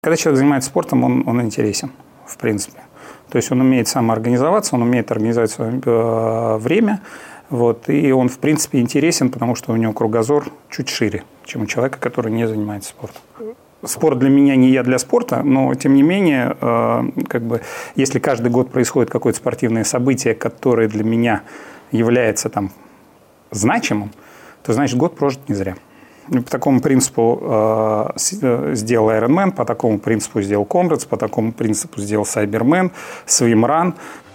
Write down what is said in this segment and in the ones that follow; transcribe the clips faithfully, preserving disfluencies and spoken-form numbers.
Когда человек занимается спортом, он, он интересен, в принципе. То есть он умеет самоорганизоваться, он умеет организовать свое э, время. Вот, и он, в принципе, интересен, потому что у него кругозор чуть шире, чем у человека, который не занимается спортом. Спорт для меня не я для спорта, но, тем не менее, э, как бы, если каждый год происходит какое-то спортивное событие, которое для меня является там, значимым, то, значит, год прожит не зря. По такому принципу э, сделал Ironman, по такому принципу сделал Comrades, по такому принципу сделал Cyberman, Swimrun.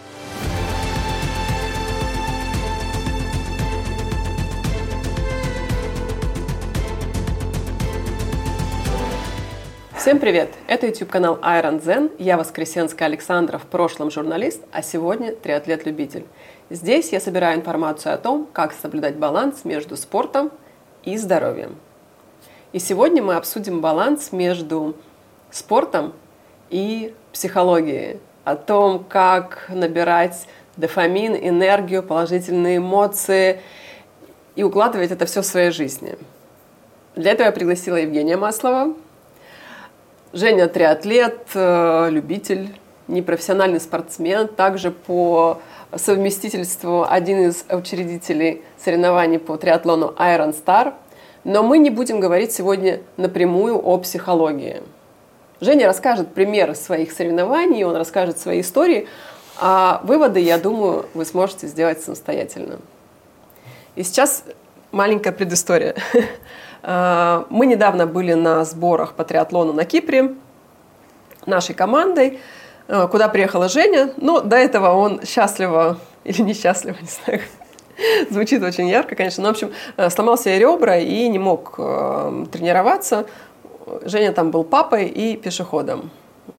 Всем привет! Это YouTube-канал Ironzen. Я Воскресенская Александра, в прошлом журналист, а сегодня триатлет-любитель. Здесь я собираю информацию о том, как соблюдать баланс между спортом и здоровьем. И сегодня мы обсудим баланс между спортом и психологией. О том, как набирать дофамин, энергию, положительные эмоции и укладывать это все в своей жизни. Для этого я пригласила Евгения Маслова. Женя триатлет, любитель, непрофессиональный спортсмен, также по совместительству один из учредителей соревнований по триатлону Iron Star. Но мы не будем говорить сегодня напрямую о психологии. Женя расскажет примеры своих соревнований, он расскажет свои истории, а выводы, я думаю, вы сможете сделать самостоятельно. И сейчас маленькая предыстория. Мы недавно были на сборах по триатлону на Кипре нашей командой, куда приехала Женя. Но до этого он счастливо или несчастливо, не знаю, звучит очень ярко, конечно. Но, в общем, сломал себе ребра и не мог тренироваться. Женя там был папой и пешеходом.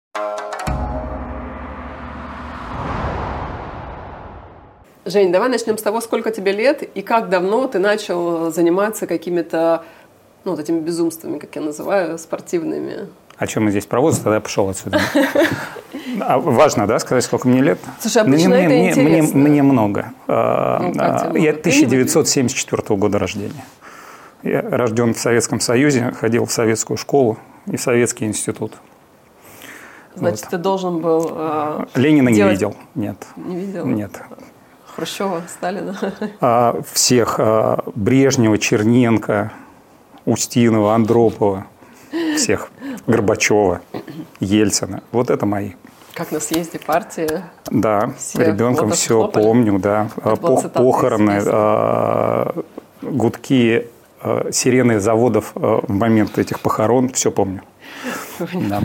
Жень, давай начнем с того, сколько тебе лет и как давно ты начал заниматься какими-то, ну, вот этими безумствами, как я называю, спортивными. О чем мы здесь проводим, тогда я пошел отсюда. А важно, да, сказать, сколько мне лет? Слушай, обычно мне, это мне, интересно. Мне, мне много. Ну, я тысяча девятьсот семьдесят четвёртого года рождения. Я рожден в Советском Союзе, ходил в советскую школу и в советский институт. Значит, вот. Ты должен был э, Ленина делать... не видел. Нет. Не видел? Нет. Хрущева, Сталина? А, всех. А, Брежнева, Черненко, Устинова, Андропова. Всех. Горбачева, Ельцина. Вот это мои. Как на съезде партии. Да, все ребенком все хлопали. Помню, да. По, похороны, а, гудки, а, сирены заводов а, в момент этих похорон. Все помню. Да.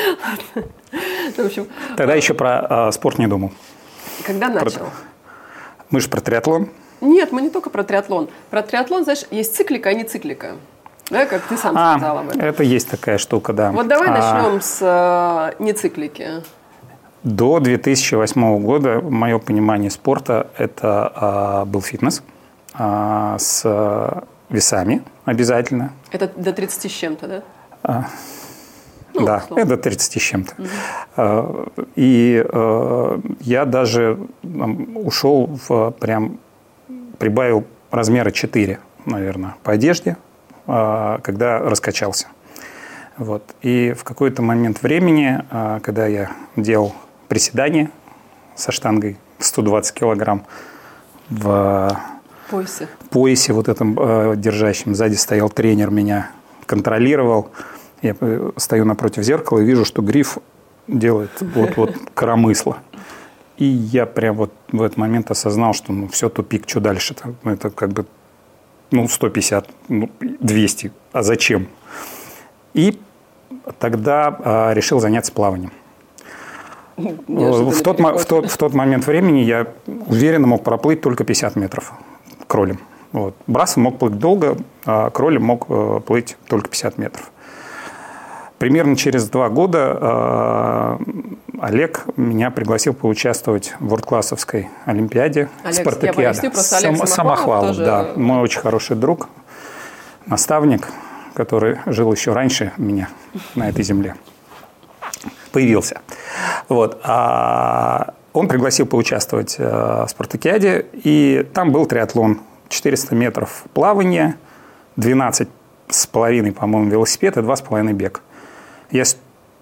В общем, Тогда а... еще про а, спорт не думал. Когда начал? Про... Мы же про триатлон. Нет, мы не только про триатлон. Про триатлон, знаешь, есть циклика, а не циклика. Да, как ты сам а, сказал об этом. Это есть такая штука, да. Вот давай а, начнем с а, нециклики. До две тысячи восьмого года мое понимание спорта – это а, был фитнес а, с а, весами обязательно. Это до тридцати с чем-то, да? А, ну, да, условно. это до тридцати с чем-то. Угу. А, и а, я даже там, ушел в прям, прибавил размера четыре, наверное, по одежде, когда раскачался. Вот. И в какой-то момент времени, когда я делал приседания со штангой сто двадцать килограмм в поясе, поясе вот этом держащем, сзади стоял тренер, меня контролировал. Я стою напротив зеркала и вижу, что гриф делает вот-вот коромысло. И я прям вот в этот момент осознал, что ну все, тупик, что дальше? Это как бы ну, сто пятьдесят, ну, двести. А зачем? И тогда а, решил заняться плаванием. В тот, в, тот, в тот момент времени я уверенно мог проплыть только пятьдесят метров кролем. Вот. Брасом мог плыть долго, а кролем мог а, плыть только пятьдесят метров. Примерно через два года э, Олег меня пригласил поучаствовать в ворд-классовской олимпиаде. Олег, Спартакиада. Я поясню, просто Олег Сам, Самохвалов, Самохвалов, да. Мой очень хороший друг, наставник, который жил еще раньше меня на этой земле. Появился. Вот. А он пригласил поучаствовать в Спартакиаде, и там был триатлон. четыреста метров плавания, двенадцать с половиной, по-моему, велосипед и два с половиной бег. Я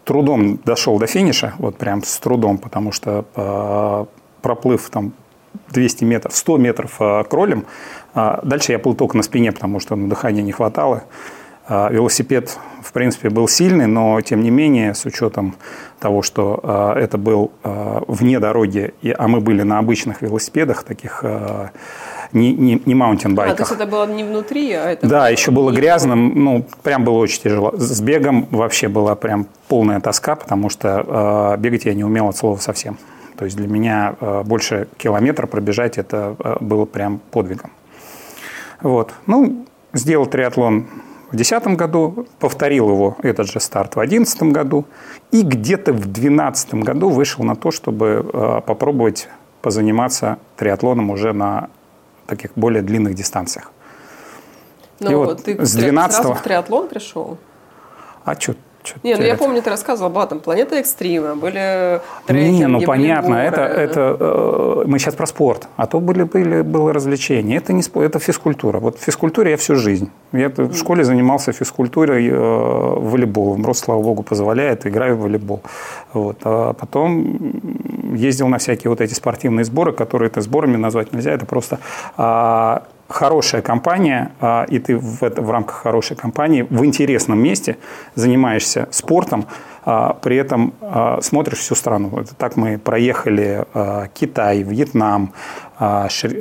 трудом дошел до финиша, вот прям с трудом, потому что э, проплыв там двести метров, сто метров э, кролем, э, дальше я плыл только на спине, потому что ну, дыхания не хватало. Э, велосипед, в принципе, был сильный, но тем не менее, с учетом того, что э, это был э, вне дороги, и, а мы были на обычных велосипедах, таких э, не, не, не маунтинбайках. А, то есть это было не внутри, а это... Да, было еще было грязно, ну, прям было очень тяжело. С бегом вообще была прям полная тоска, потому что э, бегать я не умел от слова совсем. То есть для меня э, больше километра пробежать это э, было прям подвигом. Вот. Ну, сделал триатлон в две тысячи десятом году, повторил его, этот же старт, в две тысячи одиннадцатом году. И где-то в две тысячи двенадцатом году вышел на то, чтобы э, попробовать позаниматься триатлоном уже на таких более длинных дистанциях. Ну, и вот ты с двенадцатого... сразу в триатлон пришел? А что? Не, ну я помню, ты рассказывал, была там «Планета экстрима», были трекинги, Не, ну понятно, были это, это э, мы сейчас про спорт, а то были, были, было развлечение. Это не спорт, это физкультура. Вот в физкультуре я всю жизнь. Я mm. в школе занимался физкультурой, э, волейболом. Рост, слава богу, позволяет, играю в волейбол. Вот. А потом ездил на всякие вот эти спортивные сборы, которые это сборами назвать нельзя, это просто... А, хорошая компания, и ты в, это, в рамках хорошей компании в интересном месте занимаешься спортом, при этом смотришь всю страну. Это так мы проехали Китай, Вьетнам, Шри,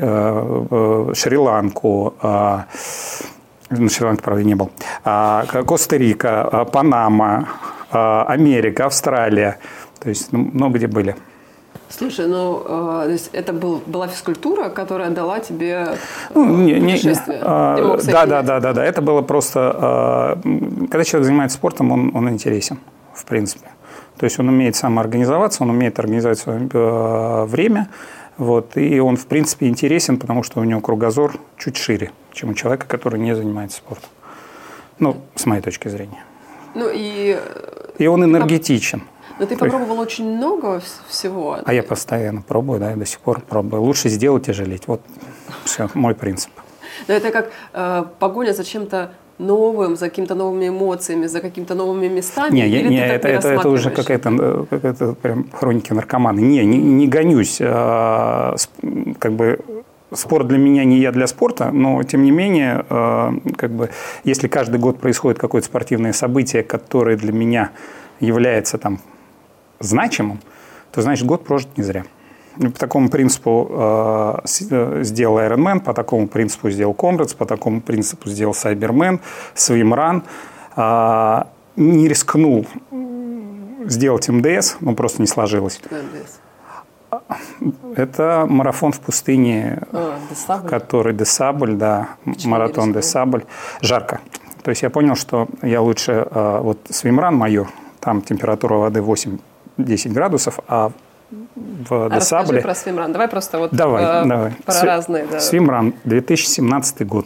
Шри-Ланку, на Шри-Ланке, правда, не был, Коста-Рика, Панама, Америка, Австралия. То есть ну, много где были. Слушай, ну, э, то есть это был, была физкультура, которая дала тебе э, ну, не, путешествие? Не, а, да, да, да, да, да. Это было просто... Э, когда человек занимается спортом, он, он интересен, в принципе. То есть он умеет самоорганизоваться, он умеет организовать свое э, время. Вот, и он, в принципе, интересен, потому что у него кругозор чуть шире, чем у человека, который не занимается спортом. Ну, с моей точки зрения. Ну, и... И он энергетичен. Но ты попробовал очень много всего. А я постоянно пробую, да, и до сих пор пробую. Лучше сделать и жалеть. Вот все, мой принцип. Но это как э, погоня за чем-то новым, за какими-то новыми эмоциями, за какими-то новыми местами? Не, или не, ты это, не это, это уже какая-то, какая-то прям хроники наркомана. Не, не, не гонюсь. А, как бы спорт для меня не я для спорта, но тем не менее, а, как бы, если каждый год происходит какое-то спортивное событие, которое для меня является там значимым, то значит год прожит не зря. По такому принципу э, сделал Ironman, по такому принципу сделал Comrades, по такому принципу сделал Cyberman, Swimrun. Э, не рискнул сделать эм дэ эс, ну просто не сложилось. эм дэ эс? Это марафон в пустыне, а, Десабль. который Десабль, да, Почему маратон Десабль. Жарко. То есть я понял, что я лучше, э, вот Swimrun майор, там температура воды восемь-десять градусов, а в а Десабле... Расскажи про Swimrun. Давай просто вот давай, э, давай. про Сви... разные. Да. Swimrun, две тысячи семнадцатый год.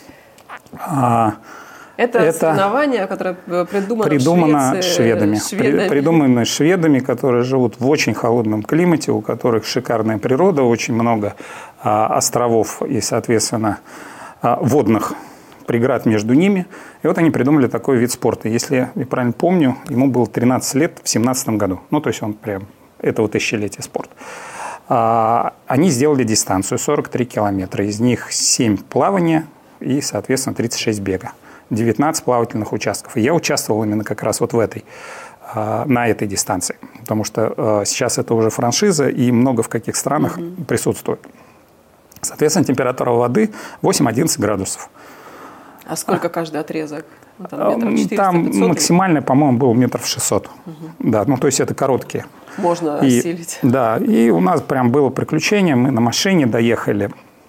А, это, это соревнование, которое придумано, придумано в Швеции, шведами. шведами. При, придумано шведами, которые живут в очень холодном климате, у которых шикарная природа, очень много а, островов и, соответственно, а, водных преград между ними. И вот они придумали такой вид спорта. Если я правильно помню, ему было тринадцать лет в семнадцатом году. Ну, то есть он прям... этого тысячелетия спорт. А, они сделали дистанцию сорок три километра. Из них семь плавания и, соответственно, тридцать шесть бега. девятнадцать плавательных участков. И я участвовал именно как раз вот в этой, а, на этой дистанции. Потому что а, сейчас это уже франшиза, и много в каких странах mm-hmm. присутствует. Соответственно, температура воды восемь-одиннадцать градусов. А сколько каждый отрезок? Ну, там метров четыреста, там пятьсот, максимально, по-моему, было метров шестьсот. Угу. Да, ну то есть это короткие. Можно и, осилить. Да, и у нас прям было приключение. Мы на машине доехали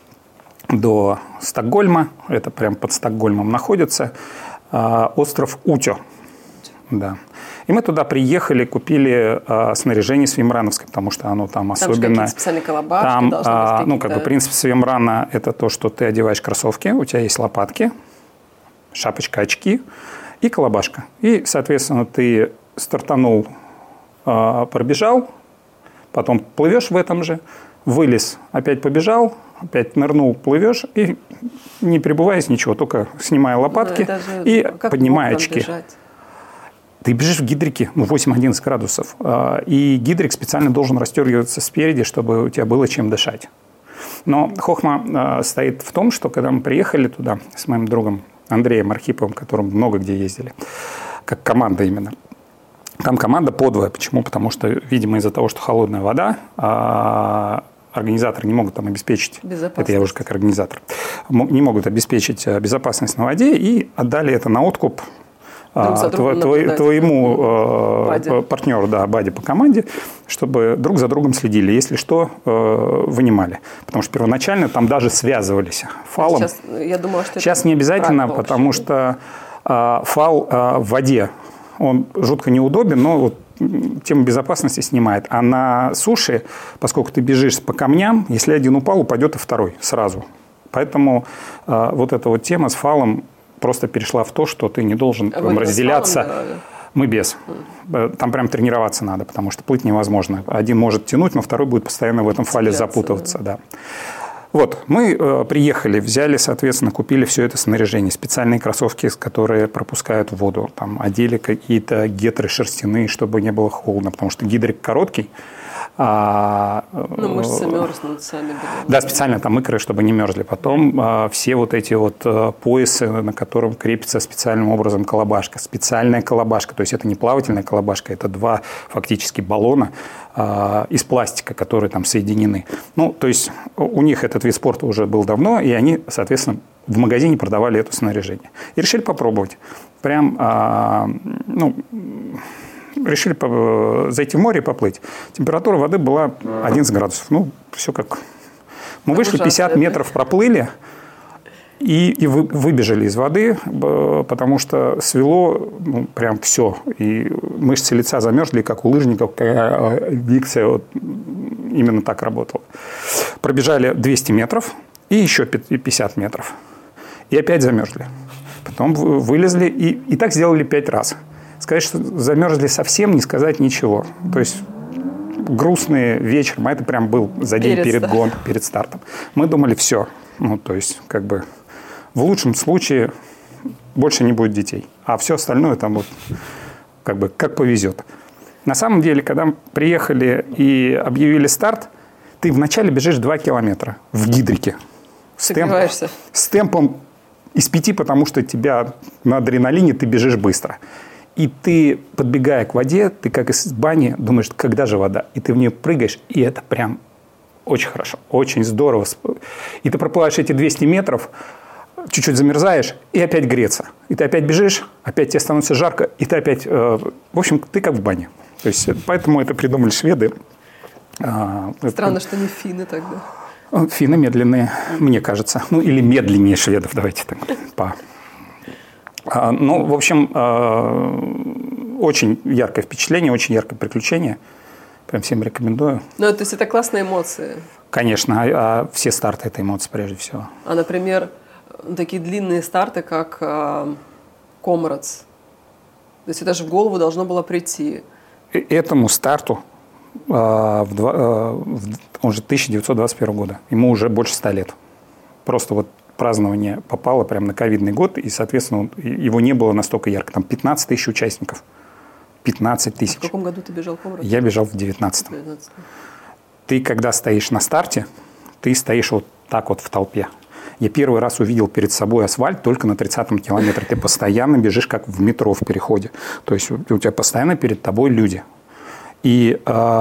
до Стокгольма. Это прям под Стокгольмом находится. Э, остров Утё. Да. И мы туда приехали, купили э, снаряжение свимрановское, потому что оно там, там особенно... Там специальные колобашки там, должны э, быть. Ну, как бы принцип свимрана – это то, что ты одеваешь кроссовки, у тебя есть лопатки, шапочка, очки и колобашка. И, соответственно, ты стартанул, э, пробежал, потом плывешь в этом же, вылез, опять побежал, опять нырнул, плывешь и не прибываясь ничего, только снимая лопатки и поднимая очки. Бежать. Ты бежишь в гидрике, ну, восемь-одиннадцать градусов, и гидрик специально должен расстегиваться спереди, чтобы у тебя было чем дышать. Но хохма стоит в том, что когда мы приехали туда с моим другом Андреем Архиповым, которым много где ездили, как команда именно, там команда подвое. Почему? Потому что, видимо, из-за того, что холодная вода, организаторы не могут там обеспечить, это я уже как организатор, не могут обеспечить безопасность на воде и отдали это на откуп а, твой, твой, твоему э, партнеру, да, баде по команде, чтобы друг за другом следили, если что, э, вынимали. Потому что первоначально там даже связывались фалом. Сейчас, я думала, что Сейчас не обязательно, потому что э, фал э, в воде, он жутко неудобен, но вот тему безопасности снимает. А на суше, поскольку ты бежишь по камням, если один упал, упадет и второй сразу. Поэтому э, вот эта вот тема с фалом просто перешла в то, что ты не должен а вы разделяться. Фалом, да? Мы без. Mm. Там прям тренироваться надо, потому что плыть невозможно. Один может тянуть, но второй будет постоянно в этом фале запутываться. Да. Да. Вот, мы э, приехали, взяли, соответственно, купили все это снаряжение. Специальные кроссовки, которые пропускают воду. Там одели какие-то гетры шерстяные, чтобы не было холодно, потому что гидрик короткий. А, ну, мышцы мерзнут сами. Да, специально там икры, чтобы не мерзли. Потом а, все вот эти вот а, поясы, на котором крепится специальным образом колобашка. Специальная колобашка. То есть это не плавательная колобашка, это два фактически баллона а, из пластика, которые там соединены. Ну, то есть у них этот вид спорта уже был давно, и они, соответственно, в магазине продавали это снаряжение. И решили попробовать. Прям, а, ну... Решили зайти в море и поплыть. Температура воды была одиннадцать градусов. Ну, все как... Мы вышли, пятьдесят метров проплыли и, и вы, выбежали из воды, потому что свело ну, прям все. И мышцы лица замерзли, как у лыжников. Дикция вот именно так работала. Пробежали двести метров и еще пятьдесят метров. И опять замерзли. Потом вылезли и, и так сделали пять раз. Сказать, что замерзли совсем, не сказать ничего. То есть грустный вечер, а это прям был за день перед, перед гонкой, перед стартом. Мы думали, все. Ну, то есть, как бы, в лучшем случае больше не будет детей. А все остальное там вот, как бы, как повезет. На самом деле, когда мы приехали и объявили старт, ты вначале бежишь два километра в гидрике. С, темп, с темпом из пяти, потому что тебя на адреналине ты бежишь быстро. И ты, подбегая к воде, ты как из бани думаешь, когда же вода? И ты в нее прыгаешь, и это прям очень хорошо, очень здорово. И ты проплываешь эти двести метров, чуть-чуть замерзаешь, и опять греться. И ты опять бежишь, опять тебе становится жарко, и ты опять... Э, в общем, ты как в бане. То есть, поэтому это придумали шведы. Странно, что не финны тогда. Финны медленные, мне кажется. Ну, или медленнее шведов, давайте так по... Ну, в общем, очень яркое впечатление, очень яркое приключение. Прям всем рекомендую. Ну, то есть это классные эмоции? Конечно, а все старты – это эмоции прежде всего. А, например, такие длинные старты, как Комрадс. То есть это же в голову должно было прийти. Этому старту, он же тысяча девятьсот двадцать первого года, ему уже больше ста лет. Просто вот празднование попало прямо на ковидный год, и, соответственно, его не было настолько ярко. Там пятнадцать тысяч участников. пятнадцать тысяч. А в каком году ты бежал Комрадс? Я бежал в девятнадцатом. Ты, когда стоишь на старте, ты стоишь вот так вот в толпе. Я первый раз увидел перед собой асфальт только на тридцатом километре. Ты постоянно бежишь, как в метро в переходе. То есть у тебя постоянно перед тобой люди. И...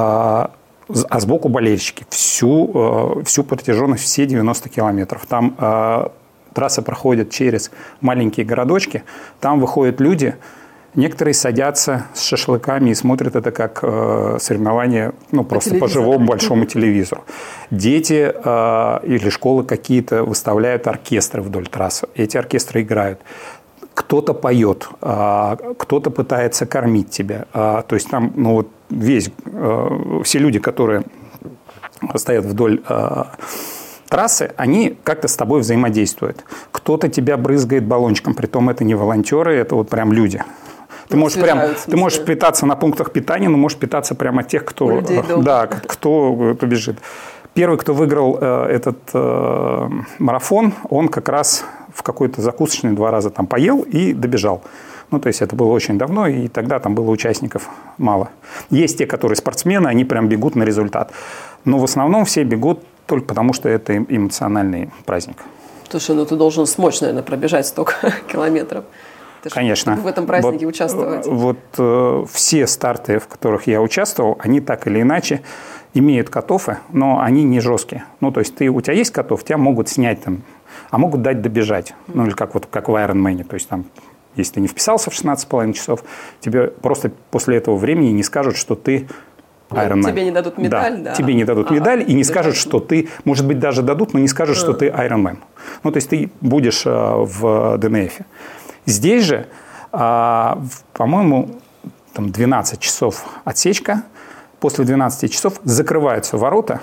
А сбоку болельщики. Всю, всю протяженность, все девяносто километров. Там э, трасса проходит через маленькие городочки. Там выходят люди. Некоторые садятся с шашлыками и смотрят это как э, соревнование, ну, по просто по живому большому телевизору. Дети э, или школы какие-то выставляют оркестры вдоль трассы. Эти оркестры играют. Кто-то поет, кто-то пытается кормить тебя. То есть там, ну вот весь, все люди, которые стоят вдоль трассы, они как-то с тобой взаимодействуют. Кто-то тебя брызгает баллончиком, притом это не волонтеры, это вот прям люди. Ты можешь, прям, ты можешь питаться на пунктах питания, но можешь питаться прямо от тех, кто, да, кто побежит. Первый, кто выиграл э, этот э, марафон, он как раз в какой-то закусочной два раза там поел и добежал. Ну, то есть это было очень давно, и тогда там было участников мало. Есть те, которые спортсмены, они прям бегут на результат. Но в основном все бегут только потому, что это эмоциональный праздник. Слушай, ну ты должен смочь, наверное, пробежать столько километров. Ты Конечно. В этом празднике вот, участвовать. Вот э, все старты, в которых я участвовал, они так или иначе имеют кат-оффы, но они не жесткие. Ну, то есть ты, у тебя есть кат-офф, тебя могут снять там, а могут дать добежать. Ну, или как, вот, как в Ironman. То есть там, если ты не вписался в шестнадцать с половиной часов, тебе просто после этого времени не скажут, что ты Ironman. Тебе не дадут медаль, да? да. Тебе не дадут ага, медаль и не бежать. скажут, что ты, может быть, даже дадут, но не скажут, а. что ты Ironman. Ну, то есть ты будешь а, в ди эн эф. Здесь же, а, по-моему, там двенадцать часов отсечка. После двенадцати часов закрываются ворота.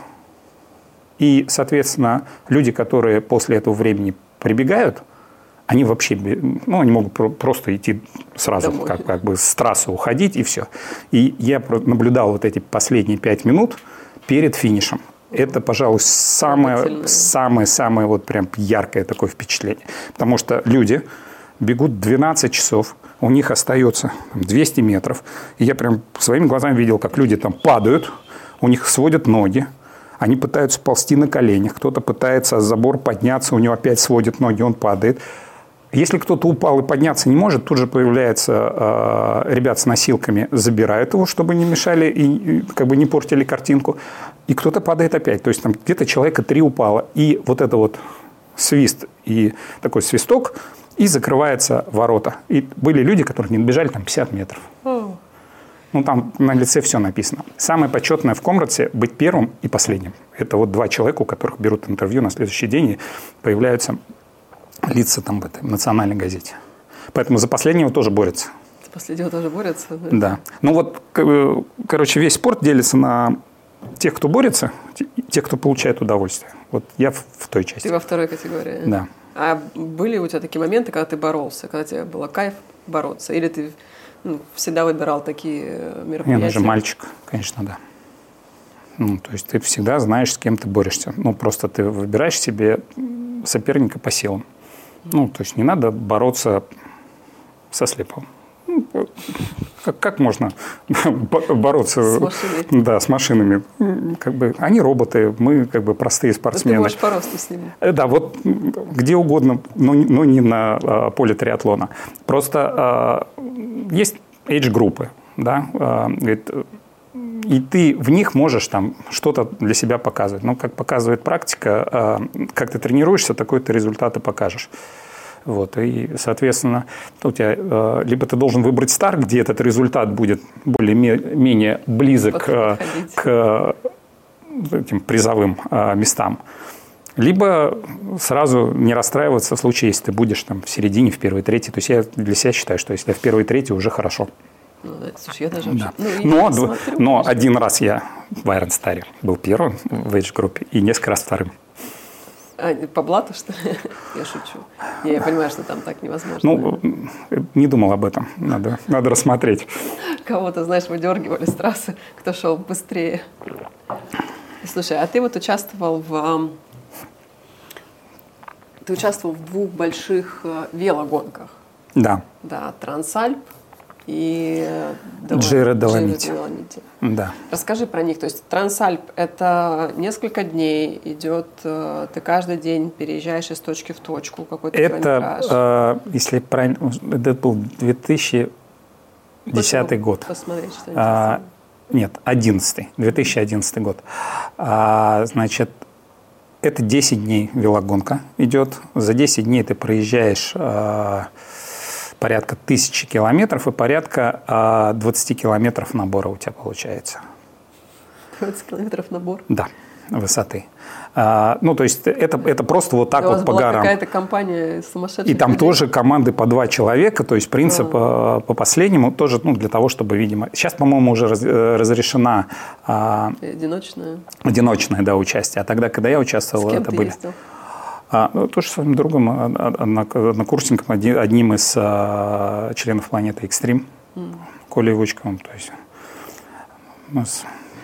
И, соответственно, люди, которые после этого времени прибегают, они вообще, ну, они могут просто идти сразу, как, как бы с трассы уходить, и все. И я наблюдал вот эти последние пять минут перед финишем. Это, пожалуй, самое, самое, самое вот прям яркое такое впечатление. Потому что люди бегут двенадцать часов, у них остается двести метров. И я прям своими глазами видел, как люди там падают, у них сводят ноги. Они пытаются ползти на коленях, кто-то пытается за забор подняться, у него опять сводят ноги, он падает. Если кто-то упал и подняться не может, тут же появляются э, ребят с носилками, забирают его, чтобы не мешали и, и как бы не портили картинку. И кто-то падает опять. То есть там где-то человека три упало. И вот это вот свист и такой свисток, и закрываются ворота. И были люди, которые не добежали там пятьдесят метров. Oh. Ну, там на лице все написано. Самое почетное в Комрадсе – быть первым и последним. Это вот два человека, у которых берут интервью на следующий день, и появляются лица там в этой национальной газете. Поэтому за последнего тоже борются. За последнего тоже борются? Да. Да. Ну вот, короче, весь спорт делится на тех, кто борется, и тех, кто получает удовольствие. Вот я в, в той части. Ты во второй категории? Да. А были у тебя такие моменты, когда ты боролся, когда тебе было кайф бороться? Или ты ну, всегда выбирал такие мероприятия? Я же мальчик, конечно, да. Ну, то есть ты всегда знаешь, с кем ты борешься. Ну, просто ты выбираешь себе соперника по силам. Ну, то есть не надо бороться со слепым. Ну, как, как можно бороться с машиной? Да, с машинами? Как бы, они роботы, мы как бы простые спортсмены. Но ты можешь по росту с ними. Да, вот где угодно, но, но не на а, поле триатлона. Просто а, есть эйдж-группы, да, а, говорит, и ты в них можешь там что-то для себя показывать. Но, как показывает практика, а, как ты тренируешься, такой ты результат и покажешь. Вот, и, соответственно, у тебя, э, либо ты должен выбрать старт, где этот результат будет более-менее близок э, к этим призовым э, местам, либо сразу не расстраиваться в случае, если ты будешь там в середине, в первой трети. То есть я для себя считаю, что если я в первой трети, уже хорошо. Ну, да, слушай, я даже да. вообще... ну, но смотрю, но один раз я в Iron Star был первым в эйдж-группе и несколько раз вторым. А, по блату, что ли? Я шучу. Я, я понимаю, что там так невозможно. Ну, не думал об этом. Надо, надо рассмотреть. Кого-то, знаешь, выдергивали с трассы, кто шел быстрее. Слушай, а ты вот участвовал в... Ты участвовал в двух больших велогонках. Да. Да, Трансальп и Джиро Доломити. Да. Расскажи про них. То есть Трансальп – это несколько дней идет, ты каждый день переезжаешь из точки в точку, какой-то километраж. Это, э, если правильно, это был две тысячи десятый год. Посмотреть, что а, Нет, одиннадцатый, две тысячи одиннадцатый год. А, значит, это десять дней велогонка идет. За десять дней ты проезжаешь... А, порядка тысячи километров и порядка а, двадцать километров набора у тебя получается. двадцать километров набор? Да, высоты. А, ну, то есть это, это просто вот так у вот вас по была горам. Какая-то компания сумасшедшая. И там людей. Тоже команды по два человека, то есть принцип а. по последнему тоже, ну, для того, чтобы, видимо... Сейчас, по-моему, уже раз, разрешена... А, одиночная. Одиночное, да, участие. А тогда, когда я участвовал, С кем это ты были... ездил? А, ну, тоже с своим другом, однокурсником, одним из а, членов планеты Экстрим, mm. Колей Вучковым. То есть у нас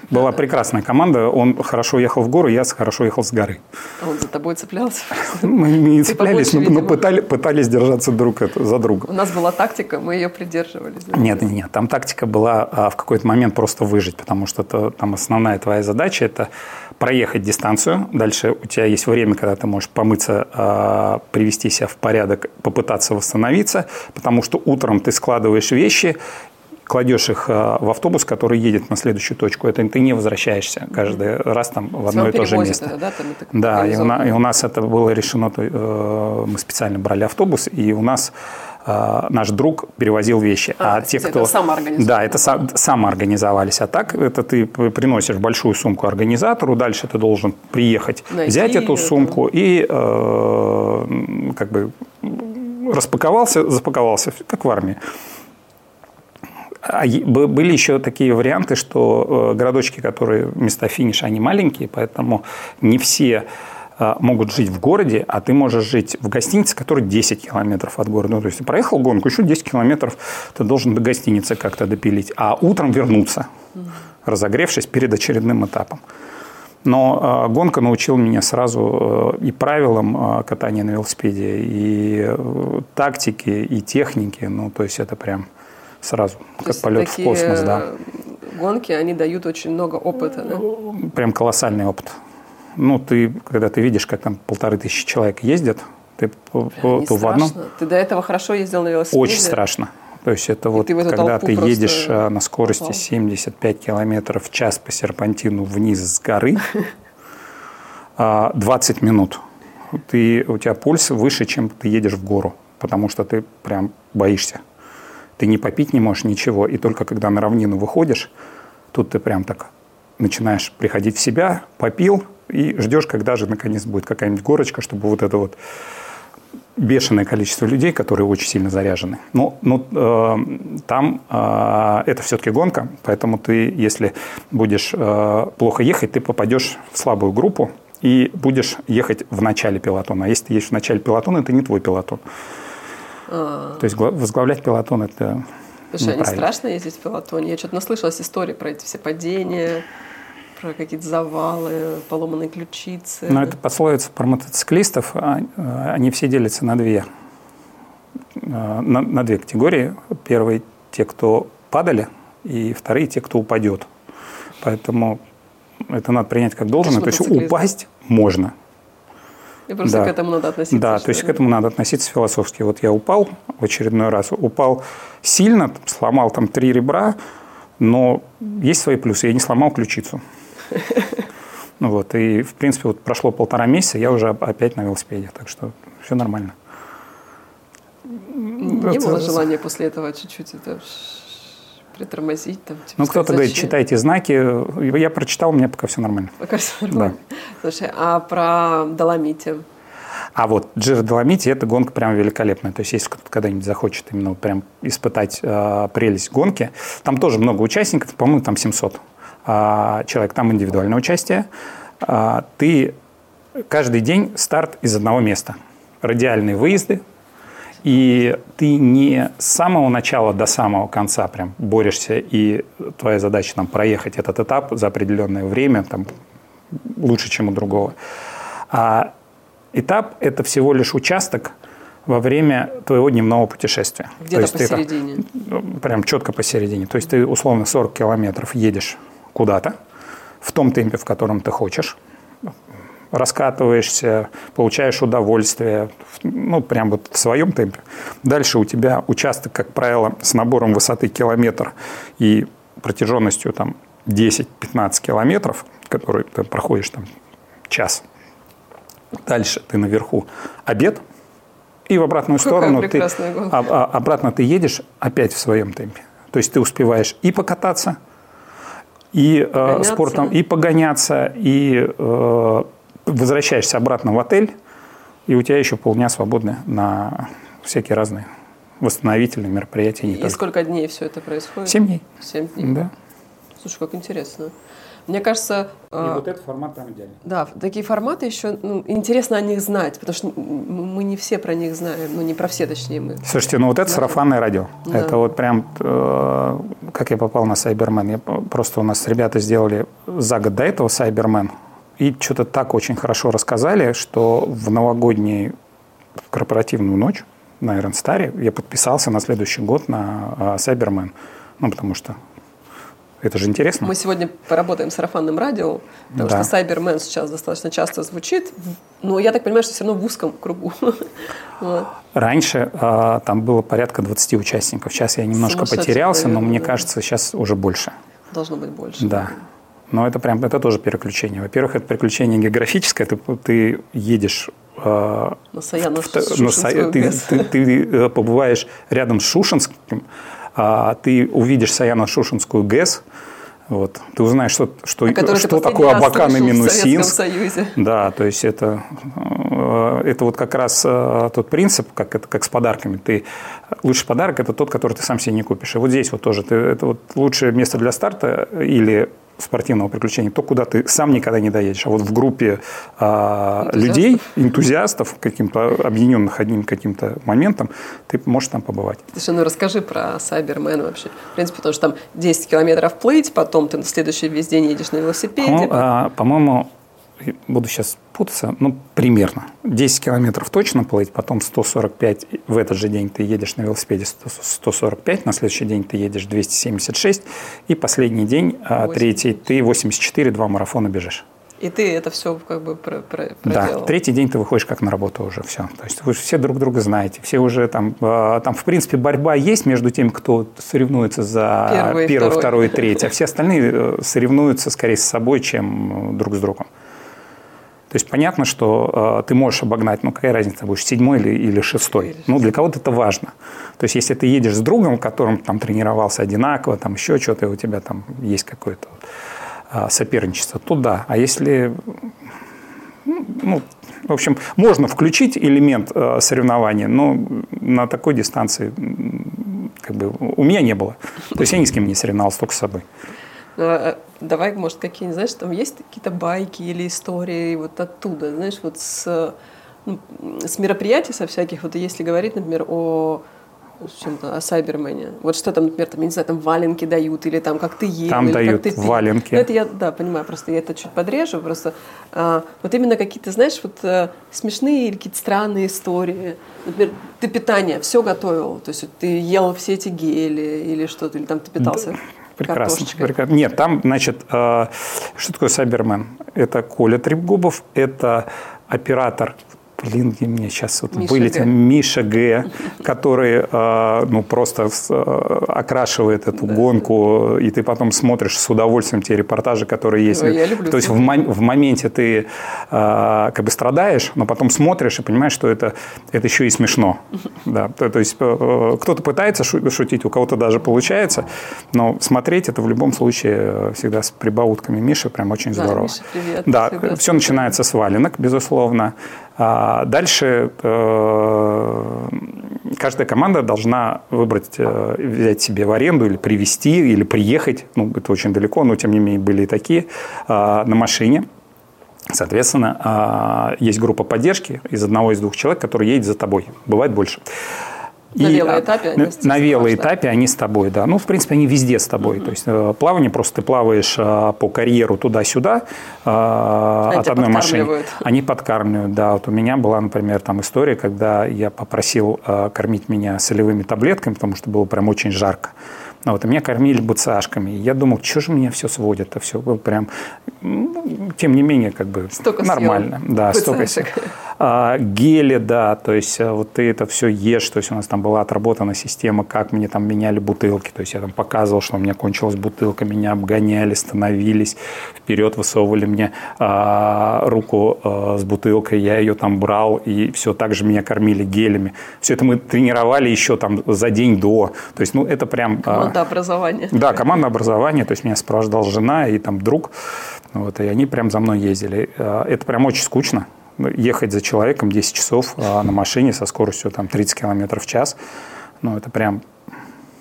Была прекрасная команда. Он хорошо ехал в гору, я хорошо ехал с горы. А он за тобой цеплялся? Мы не цеплялись, но, но пытали, пытались держаться друг это, за друга. У нас была тактика, мы ее придерживались. Да? Нет, нет, нет. Там тактика была а, в какой-то момент просто выжить, потому что это, там основная твоя задача – это проехать дистанцию. Дальше у тебя есть время, когда ты можешь помыться, а, привести себя в порядок, попытаться восстановиться, потому что утром ты складываешь вещи, кладешь их в автобус, который едет на следующую точку. Это ты не возвращаешься каждый mm-hmm. раз там в одно и то же место. Это, да, там это да, и у, нас, и у нас это было решено. Мы специально брали автобус, и у нас наш друг перевозил вещи. А, а те, это кто... самоорганизовались? Да, это сам, самоорганизовались. А так это ты приносишь большую сумку организатору, дальше ты должен приехать, найти, взять эту сумку это... и э, как бы распаковался, запаковался, как в армии. А были еще такие варианты, что городочки, которые места финиша, они маленькие, поэтому не все могут жить в городе, а ты можешь жить в гостинице, которая десять километров от города. Ну, то есть ты проехал гонку, еще десять километров ты должен до гостиницы как-то допилить, а утром вернуться, разогревшись перед очередным этапом. Но э, гонка научила меня сразу э, и правилам э, катания на велосипеде, и э, тактике, и технике. Ну, то есть это прям... Сразу, то как полет в космос, да. Гонки, они дают очень много опыта, да? Прям колоссальный опыт. Ну, ты, когда ты видишь, как там полторы тысячи человек ездят, ты не то в одном... Ты до этого хорошо ездил на велосипеде? Очень страшно. То есть это и вот, когда ты едешь на скорости попал. семьдесят пять километров в час по серпантину вниз с горы, двадцать минут, ты, у тебя пульс выше, чем ты едешь в гору, потому что ты прям боишься. Ты не попить не можешь ничего, и только когда на равнину выходишь, тут ты прям так начинаешь приходить в себя, попил, и ждешь, когда же наконец будет какая-нибудь горочка, чтобы вот это вот бешеное количество людей, которые очень сильно заряжены. Но, но э, там э, это все-таки гонка, поэтому ты, если будешь э, плохо ехать, ты попадешь в слабую группу и будешь ехать в начале пелотона. А если ты едешь в начале пелотона, это не твой пелотон. А. То есть возглавлять пелотон – это Слушай, а не страшно ездить в пелотоне? Я что-то наслышалась истории про эти все падения, про какие-то завалы, поломанные ключицы. Ну, это пословица про мотоциклистов. Они все делятся на две, на, на две категории. Первые – те, кто падали, и вторые – те, кто упадет. Поэтому это надо принять как должное. То есть упасть можно. И просто да. к этому надо относиться. Да, то есть к этому надо относиться философски. Вот я упал в очередной раз, упал сильно, сломал там три ребра, но есть свои плюсы. Я не сломал ключицу. Ну вот, и в принципе вот прошло полтора месяца, я уже опять на велосипеде, так что все нормально. Не было желания после этого чуть-чуть это притормозить там? Типа, ну, кто-то говорит, читайте знаки. Я прочитал, у меня пока все нормально. Пока все нормально. Да. Слушай, а про Доломити? А вот Джиро Доломити – это гонка прям великолепная. То есть, если кто-то когда-нибудь захочет именно прям испытать э, прелесть гонки, там тоже много участников, по-моему, там семьсот э, человек, там индивидуальное участие. Э, ты каждый день старт из одного места. Радиальные выезды. И ты не с самого начала до самого конца прям борешься, и твоя задача там, проехать этот этап за определенное время, там, лучше, чем у другого. А этап – это всего лишь участок во время твоего дневного путешествия. Где-то посередине. Ты, прям четко посередине. То есть ты условно сорок километров едешь куда-то в том темпе, в котором ты хочешь. Раскатываешься, получаешь удовольствие, ну, прям вот в своем темпе. Дальше у тебя участок, как правило, с набором высоты километр и протяженностью там десять-пятнадцать километров, который ты проходишь там час. Дальше ты наверху обед, и в обратную Какая сторону ты, а, а, обратно ты едешь опять в своем темпе. То есть ты успеваешь и покататься, и э, спортом, и погоняться, и э, возвращаешься обратно в отель, и у тебя еще полдня свободны на всякие разные восстановительные мероприятия. И только. Сколько дней все это происходит? Семь дней. Семь дней. Да. Слушай, как интересно. Мне кажется... И э, вот этот формат прям идеальный. Да, такие форматы еще... Ну, интересно о них знать, потому что мы не все про них знаем. Ну, не про все, точнее, мы. Слушайте, ну вот это знаем. Сарафанное радио. Да. Это вот прям... Э, как я попал на Cyberman. Я, просто у нас ребята сделали за год до этого Cyberman. И что-то так очень хорошо рассказали, что в новогоднюю корпоративную ночь на Iron Star я подписался на следующий год на э, Cyberman. Ну, потому что... Это же интересно. Мы сегодня поработаем с сарафанным радио, потому да. что Cyberman сейчас достаточно часто звучит, но я так понимаю, что все равно в узком кругу. Вот. Раньше э, там было порядка двадцати участников. Сейчас я немножко потерялся, но мне кажется, сейчас уже больше. Должно быть больше. Да. Но это прям, это тоже переключение. Во-первых, это переключение географическое. Ты, ты едешь... Э, на Саяна, в, на Сая, ты, ты, ты, ты побываешь рядом с Шушенским, а ты увидишь Саяно-Шушенскую ГЭС, вот, ты узнаешь, что, что, а что такое Абакан и Минусинск. Да, то есть это, это вот как раз тот принцип, как, это, как с подарками. Ты, лучший подарок – это тот, который ты сам себе не купишь. И вот здесь вот тоже ты, это вот лучшее место для старта или спортивного приключения, то, куда ты сам никогда не доедешь. А вот в группе а, людей, энтузиастов, каким-то объединенных одним каким-то моментом, ты можешь там побывать. Слушай, ну расскажи про Cyberman вообще. В принципе, потому что там десять километров плыть, потом ты на следующий весь день едешь на велосипеде. Ну, а, по-моему, буду сейчас путаться, ну, примерно. десять километров точно плыть, потом сто сорок пять, в этот же день ты едешь на велосипеде сто сорок пять, на следующий день ты едешь двести семьдесят шесть, и последний день, восемьдесят. Третий, ты восемьдесят четыре, два марафона бежишь. И ты это все как бы про, про, Да, проделал? третий день ты выходишь как на работу уже, все. То есть вы все друг друга знаете, все уже там, там в принципе, борьба есть между теми, кто соревнуется за первый, первый второй. второй и третий, а все остальные соревнуются скорее с собой, чем друг с другом. То есть понятно, что э, ты можешь обогнать, ну какая разница, будешь седьмой или, или шестой. Ну для кого-то это важно. То есть если ты едешь с другом, которым там тренировался одинаково, там еще что-то, и у тебя там есть какое-то э, соперничество, то да. А если, ну, в общем, можно включить элемент э, соревнования, но на такой дистанции как бы у меня не было. То есть я ни с кем не соревновался, только с собой. Давай, может, какие-нибудь, знаешь, там есть какие-то байки или истории вот оттуда, знаешь, вот с, ну, с мероприятий со всяких, вот если говорить, например, о чем-то, о Сайбермене, вот что там, например, там, я не знаю, там валенки дают, или там как ты ел, там или дают как ты валенки. Ну, это я, да, понимаю, просто я это чуть подрежу, просто а, вот именно какие-то, знаешь, вот а, смешные или какие-то странные истории. Например, ты питание все готовил, то есть вот, ты ел все эти гели или что-то, или там ты питался... Прекрасно, прекрасно. Нет, там, значит, э, что такое Cyberman? Это Коля Трепгубов, это оператор, блин, где мне сейчас вот Миша вылетел, Г. Миша Г, который э, ну, просто э, окрашивает эту да. гонку, и ты потом смотришь с удовольствием те репортажи, которые есть. Ой, я люблю. То есть в, мом- в моменте ты э, как бы страдаешь, но потом смотришь и понимаешь, что это, это еще и смешно. Да. То, то есть э, кто-то пытается шутить, у кого-то даже получается, но смотреть это в любом случае всегда с прибаутками Миши прям очень да, здорово. Миша, привет. Да, всегда все начинается с валенок, безусловно. А дальше э, каждая команда должна выбрать, э, взять себе в аренду или привезти, или приехать, ну, это очень далеко, но тем не менее были и такие, э, на машине. Соответственно, э, есть группа поддержки из одного из двух человек, который едет за тобой. Бывает больше. На и, велоэтапе они на, на велоэтапе они с тобой, да. Ну, в принципе, они везде с тобой. Mm-hmm. То есть э, плавание просто ты плаваешь э, по карьеру туда-сюда э, от одной машины. Они подкармливают, да. Вот у меня была, например, там история, когда я попросил э, кормить меня солевыми таблетками, потому что было прям очень жарко. Ну, вот, и меня кормили буцашками. И я думал, что же меня все сводит, а все было прям, ну, тем не менее, как бы столько нормально. Да, столько а, гели, да, то есть вот ты это все ешь, то есть у нас там была отработана система, как мне там меняли бутылки, то есть я там показывал, что у меня кончилась бутылка, меня обгоняли, становились, вперед высовывали мне а, руку а, с бутылкой, я ее там брал, и все, так же меня кормили гелями. Все это мы тренировали еще там за день до, то есть, ну, это прям... Командообразование. Да, командообразование, то есть меня сопровождала жена и там друг, вот, и они прям за мной ездили. Это прям очень скучно, ехать за человеком десять часов на машине со скоростью там тридцать километров в час, ну, это прям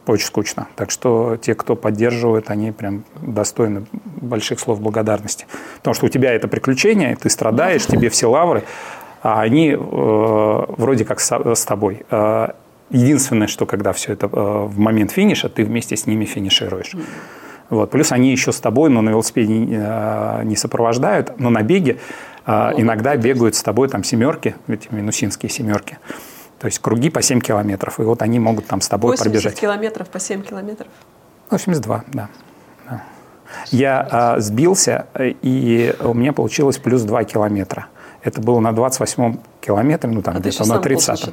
очень скучно. Так что те, кто поддерживает, они прям достойны больших слов благодарности. Потому что у тебя это приключение, ты страдаешь, тебе все лавры, а они э, вроде как с, с тобой. Э, единственное, что когда все это э, в момент финиша, ты вместе с ними финишируешь. Mm-hmm. Вот. Плюс они еще с тобой, но на велосипеде э, не сопровождают, но на беге э, mm-hmm. иногда бегают с тобой там семерки, эти минусинские семерки. То есть круги по семь километров, и вот они могут там с тобой восемьдесят пробежать. километров по семь километров? восемьдесят два, да. да. Я а, сбился, и у меня получилось плюс два километра. Это было на двадцать восьмом километре, ну там а где-то на тридцатом.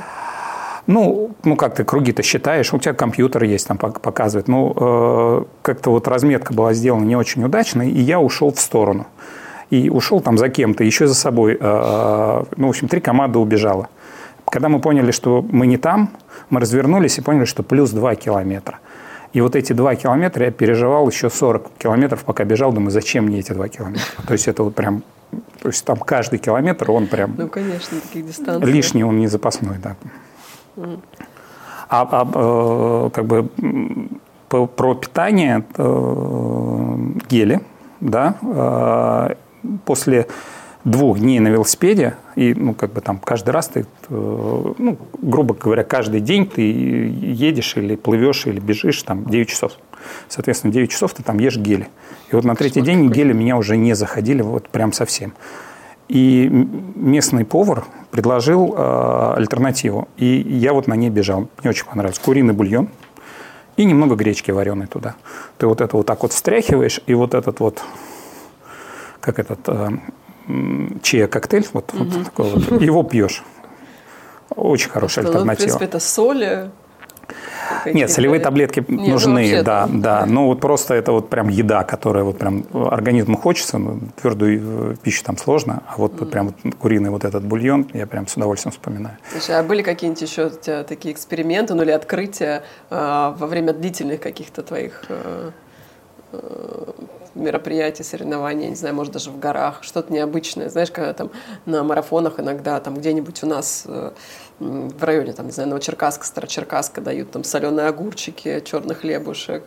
Ну, ну, как ты круги-то считаешь, у тебя компьютер есть, там показывает. Ну, э, как-то вот разметка была сделана не очень удачно, и я ушел в сторону. И ушел там за кем-то, еще за собой. Э, ну, в общем, три команды убежало. Когда мы поняли, что мы не там, мы развернулись и поняли, что плюс два километра. И вот эти два километра я переживал еще сорок километров, пока бежал. Думаю, зачем мне эти два километра? То есть это вот прям... То есть там каждый километр, он прям... Ну, конечно, таких дистанций. Лишний, он не запасной, да. Mm. А, а как бы про питание гели, да, после... двух дней на велосипеде, и, ну, как бы там каждый раз ты, ну, грубо говоря, каждый день ты едешь или плывешь, или бежишь там девять часов. Соответственно, девять часов ты там ешь гели. И вот на третий Что день гели меня уже не заходили вот прям совсем. И местный повар предложил э, альтернативу, и я вот на ней бежал. Мне очень понравилось. Куриный бульон и немного гречки вареной туда. Ты вот это вот так вот встряхиваешь, и вот этот вот, как этот... Э, чиа-коктейль, вот, угу. вот такой вот, его пьешь. Очень хорошая Что, альтернатива. Ну, в принципе, это соли. Нет, солевые таблетки Нет, нужны, ну, да, да, да. Но вот просто это вот прям еда, которая вот прям организму хочется, ну, твордую пищу там сложно, а вот, mm. вот прям вот куриный вот этот бульон я прям с удовольствием вспоминаю. Слушай, а были какие-нибудь еще у тебя такие эксперименты, ну или открытия э, во время длительных каких-то твоих э, э, мероприятий, соревнований, не знаю, может даже в горах, что-то необычное, знаешь, когда там на марафонах иногда там где-нибудь у нас э, в районе, там, не знаю, Новочеркасска, Старочеркасска дают там соленые огурчики, черный хлебушек.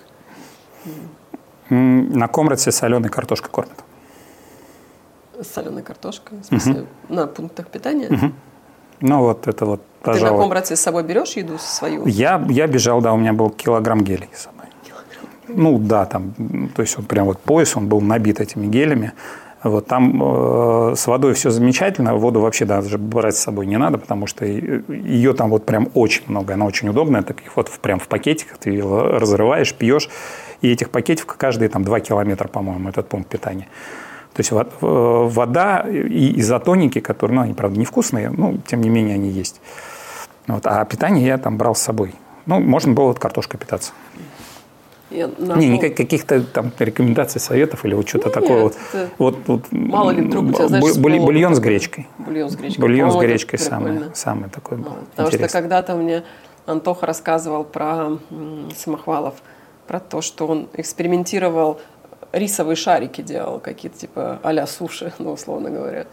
На Комрадсе соленой картошкой кормят. С соленой картошкой? В смысле, угу. на пунктах питания? Угу. Ну вот это вот, пожалуй. Ты на Комрадсе с собой берешь еду свою? Я, я бежал, да, у меня был килограмм гелей с собой. Килограмм? Ну да, там, то есть вот прям вот пояс, он был набит этими гелями. Вот там э, с водой все замечательно, воду вообще даже брать с собой не надо, потому что ее там вот прям очень много, она очень удобная, таких вот прям в пакетиках ты ее разрываешь, пьешь, и этих пакетиков каждые там два километра, по-моему, этот пункт питания. То есть вода и изотоники, которые, ну, они, правда, невкусные, но тем не менее они есть. Вот, а питание я там брал с собой. Ну, можно было вот картошкой питаться. Не, никаких каких-то там рекомендаций, советов или вот что-то Нет, такое вот. Вот, вот. Мало ли вдруг у тебя, знаешь, бульон, бульон с гречкой. Бульон с гречкой. Бульон с гречкой самый, самый такой был. Потому интересный. Что когда-то мне Антоха рассказывал про Самохвалов, про то, что он экспериментировал, рисовые шарики делал, какие-то типа а-ля суши, ну, условно говоря.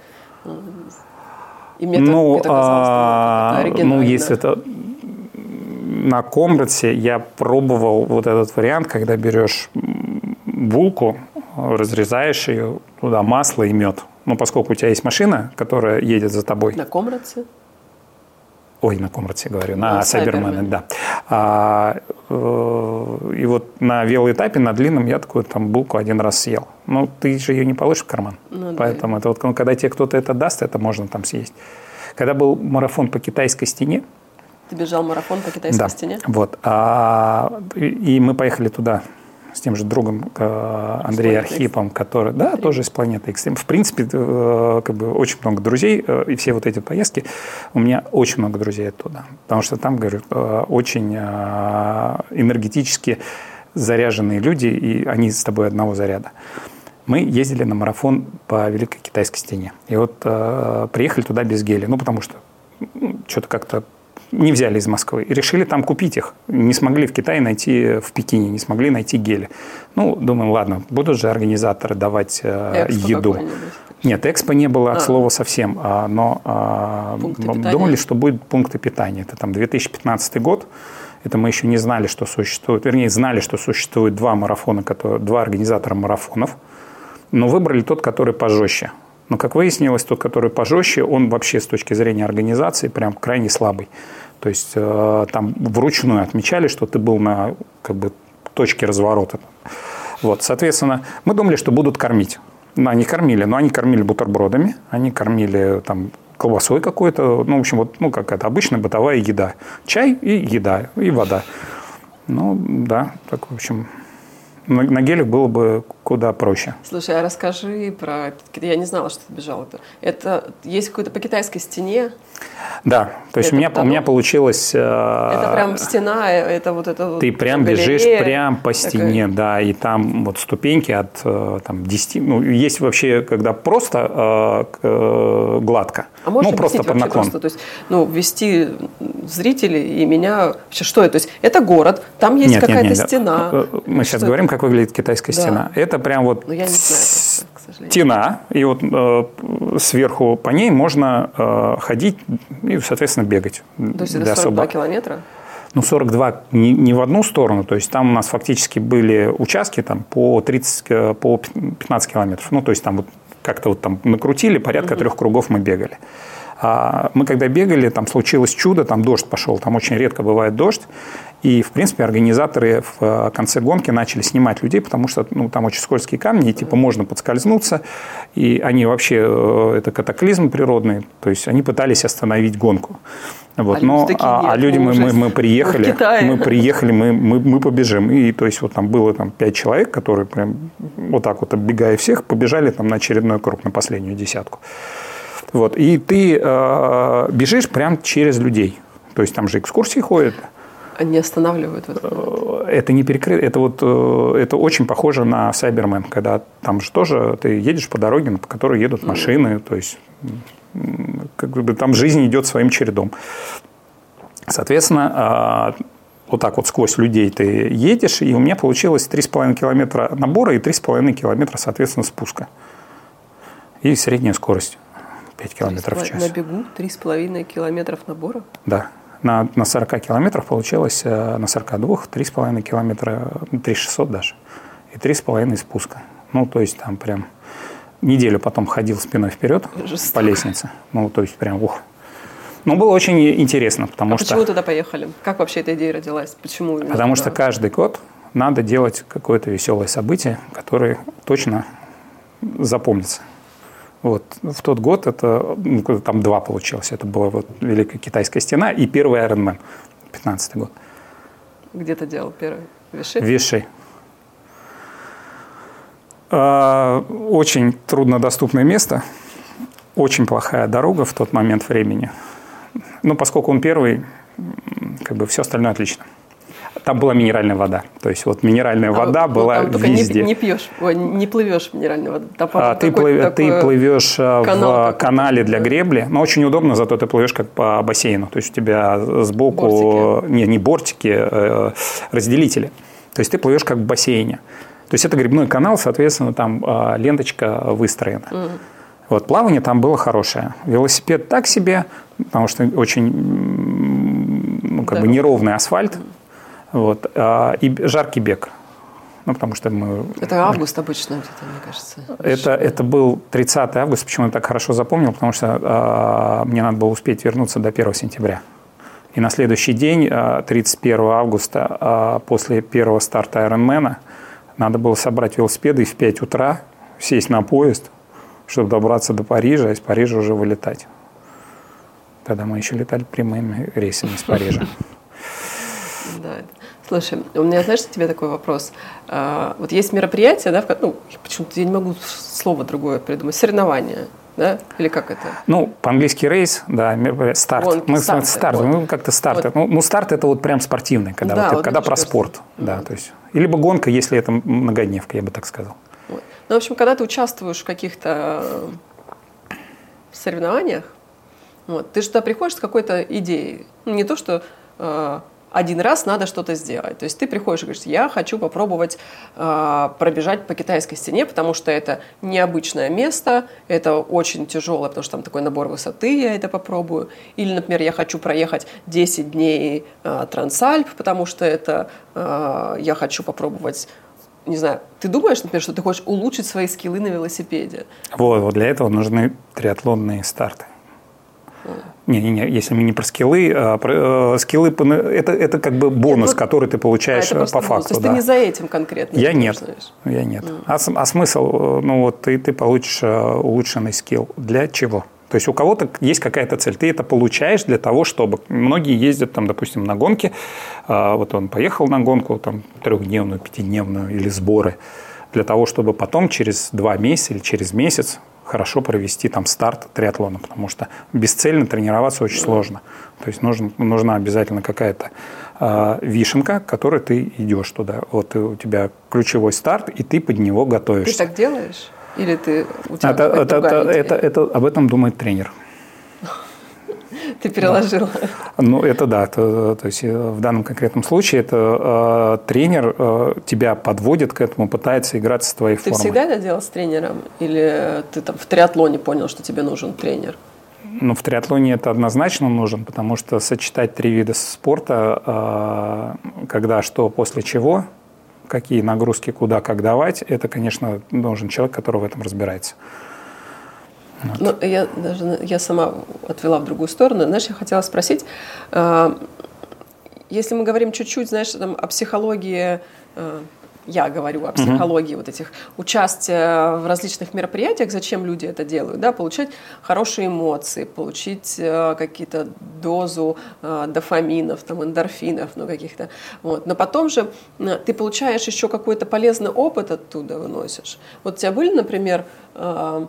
И мне ну, это казалось а, оригинально. Ну, если это... На Комрадсе я пробовал вот этот вариант, когда берешь булку, разрезаешь ее, туда масло и мед. Ну, поскольку у тебя есть машина, которая едет за тобой. На Комрадсе? Ой, на Комрадсе говорю, на, на Сайбермене, да. А, э, и вот на велоэтапе, на длинном, я такую там булку один раз съел. Ну, ты же ее не положишь в карман. Ну, Поэтому да. это вот, когда тебе кто-то это даст, это можно там съесть. Когда был марафон по китайской стене, Ты бежал марафон по китайской да, стене? Вот. А, и мы поехали туда с тем же другом Андреем Архипом, который, да, тоже из планеты Экстрим. В принципе, как бы очень много друзей, и все вот эти поездки, у меня очень много друзей оттуда. Потому что там, говорю, очень энергетически заряженные люди, и они с тобой одного заряда. Мы ездили на марафон по Великой Китайской стене. И вот приехали туда без геля, ну, потому что ну, что-то как-то не взяли из Москвы. И решили там купить их. Не смогли в Китае найти, в Пекине, не смогли найти гели. Ну, думаем, ладно, будут же организаторы давать э, еду. Нет, экспо не было, а. от слова совсем. А, но а, думали, что будут пункты питания. Это там две тысячи пятнадцатый год. Это мы еще не знали, что существует, вернее, знали, что существует два марафона, которые, два организатора марафонов, но выбрали тот, который пожестче. Но, как выяснилось, тот, который пожестче, он вообще с точки зрения организации прям крайне слабый. То есть э, там вручную отмечали, что ты был на как бы, точке разворота. Вот, соответственно, мы думали, что будут кормить. Ну, они кормили, но они кормили бутербродами, они кормили там, колбасой какой-то. Ну, в общем, вот, ну, какая-то обычная бытовая еда. Чай и еда, и вода. Ну, да, так, в общем... На, на геле было бы куда проще. Слушай, а расскажи про... Я не знала, что ты бежал. Это, это есть какой-то по китайской стене? Да, то есть у меня, у меня получилось... Это прям стена, это вот это... Ты вот прям галерея, бежишь прям по стене, такая. Да, и там вот ступеньки от там, десяти... Ну, есть вообще, когда просто э, гладко. А можешь ну, просто под наклон. Просто, то есть, ну, ввести зрителей и меня... Вообще, что это? То есть это город, там есть нет, какая-то нет, нет. стена. Мы сейчас говорим, это? Как выглядит китайская да. стена. Это прям вот я не знаю, к сожалению. Стена, и вот э, сверху по ней можно э, ходить и, соответственно, бегать. То есть это сорок два километра? Ну, сорок два не, не в одну сторону, то есть там у нас фактически были участки там, по, тридцать, по пятнадцать километров. Ну, то есть там вот как-то вот там накрутили, порядка угу. трех кругов мы бегали. А мы когда бегали, там случилось чудо, там дождь пошел, там очень редко бывает дождь. И, в принципе, организаторы в конце гонки начали снимать людей, потому что ну, там очень скользкие камни, и типа можно подскользнуться. И они вообще, это катаклизм природный, то есть они пытались остановить гонку. Вот. А Но, а, нет, а люди, мы, мы, мы приехали, мы приехали, мы, мы, мы побежим. И то есть вот там было там, пять человек, которые прям вот так вот оббегая всех, побежали там, на очередной круг, на последнюю десятку. Вот. И ты э, бежишь прям через людей. То есть там же экскурсии ходят. Они останавливают в этот момент. Это не перекрыто. Это, вот, это очень похоже на Cyberman, когда там же тоже ты едешь по дороге, по которой едут машины. Mm. То есть как бы, там жизнь идет своим чередом. Соответственно, вот так вот сквозь людей ты едешь, и у меня получилось три с половиной километра набора и три с половиной километра, соответственно, спуска. И средняя скорость пять километров в час. На бегу три с половиной километров набора? Да. На, на сорока километрах получилось на сорока двух три с половиной километра, три тысячи шестьсот даже, и три с половиной спуска. Ну, то есть там прям неделю потом ходил спиной вперед Жестоко. По лестнице. Ну, то есть прям ух. Ну, было очень интересно, потому а что... почему туда поехали? Как вообще эта идея родилась? Почему? Потому что каждый год надо делать какое-то веселое событие, которое точно запомнится. Вот. В тот год это, ну, там два получилось. Это была вот Великая Китайская стена и первый Ironman, пятнадцатый год. Где ты делал первый? Виши? Виши. Очень труднодоступное место, очень плохая дорога в тот момент времени. Но поскольку он первый, как бы все остальное отлично. Там была минеральная вода. То есть вот минеральная а, вода ну, была там везде. Не, не пьешь, ой, не плывешь в минеральной воде. Там, а, ты, плыв, ты плывешь канал в канале для гребли, но очень удобно, зато ты плывешь как по бассейну. То есть у тебя сбоку бортики. Не, не бортики, а разделители. То есть ты плывешь как в бассейне. То есть это гребной канал, соответственно, там а, ленточка выстроена. Mm. Вот, плавание там было хорошее. Велосипед так себе, потому что очень ну, как да. бы неровный асфальт. Mm. Вот, а, и жаркий бег. Ну, потому что мы... Это август обычно где-то, мне кажется. Это, это был тридцатый августа. Почему я так хорошо запомнил? Потому что а, мне надо было успеть вернуться до первого сентября. И на следующий день, тридцать первого августа, а, после первого старта Ironman, надо было собрать велосипеды и в пять утра сесть на поезд, чтобы добраться до Парижа, а из Парижа уже вылетать. Тогда мы еще летали прямыми рейсами из Парижа. Да. Слушай, у меня, знаешь, к тебе такой вопрос. А, вот есть мероприятие, да, в, ну, почему-то я не могу слово другое придумать, соревнования, да, или как это? Ну, по-английски рейс, да, старт. Гонки, Мы старты, старт, вот. ну, как-то старт. Вот. Ну, ну, старт это вот прям спортивный, когда, да, вот, вот когда про спорт, mm-hmm. да, то есть, либо гонка, если это многодневка, я бы так сказал. Вот. Ну, в общем, когда ты участвуешь в каких-то соревнованиях, вот, ты же туда приходишь с какой-то идеей, ну, не то, что... А один раз надо что-то сделать. То есть ты приходишь и говоришь, я хочу попробовать э, пробежать по китайской стене, потому что это необычное место, это очень тяжелое, потому что там такой набор высоты, я это попробую. Или, например, я хочу проехать десять дней э, Трансальп, потому что это э, я хочу попробовать. Не знаю, ты думаешь, например, что ты хочешь улучшить свои скиллы на велосипеде? Вот, вот для этого нужны триатлонные старты. Не-не-не, если мы не про скиллы, а про, э, скиллы это, это как бы бонус, Нет, ну, который ты получаешь а, по факту. То есть да. ты не за этим конкретно? Я нет, знаешь. я нет. Mm. А, а смысл, ну вот ты, ты получишь улучшенный скилл. Для чего? То есть у кого-то есть какая-то цель, ты это получаешь для того, чтобы... Многие ездят, там, допустим, на гонки, а, вот он поехал на гонку, там, трехдневную, пятидневную или сборы, для того, чтобы потом через два месяца или через месяц хорошо провести там старт триатлона, потому что бесцельно тренироваться очень сложно. То есть нужен, нужна обязательно какая-то э, вишенка, к которой ты идешь туда. Вот у тебя ключевой старт, и ты под него готовишься. Ты так делаешь? Или ты, у тебя это, это, это, это, это, об этом думает тренер. Ты переложил. Да. Ну, это да. То, то есть в данном конкретном случае это э, тренер э, тебя подводит к этому, пытается играть с твоей ты формой. Ты всегда это делал с тренером? Или ты там в триатлоне понял, что тебе нужен тренер? Ну, в триатлоне это однозначно нужен, потому что сочетать три вида спорта, э, когда, что, после чего, какие нагрузки, куда, как давать, это, конечно, нужен человек, который в этом разбирается. Вот. Ну, я, даже, я сама отвела в другую сторону. Знаешь, я хотела спросить, э, если мы говорим чуть-чуть, знаешь, там, о психологии, э, я говорю о психологии mm-hmm. вот этих участия в различных мероприятиях, зачем люди это делают, да, получать хорошие эмоции, получить э, какие-то дозу э, дофаминов, там, эндорфинов, ну, каких-то, вот. Но потом же э, ты получаешь еще какой-то полезный опыт оттуда выносишь. Вот у тебя были, например, э,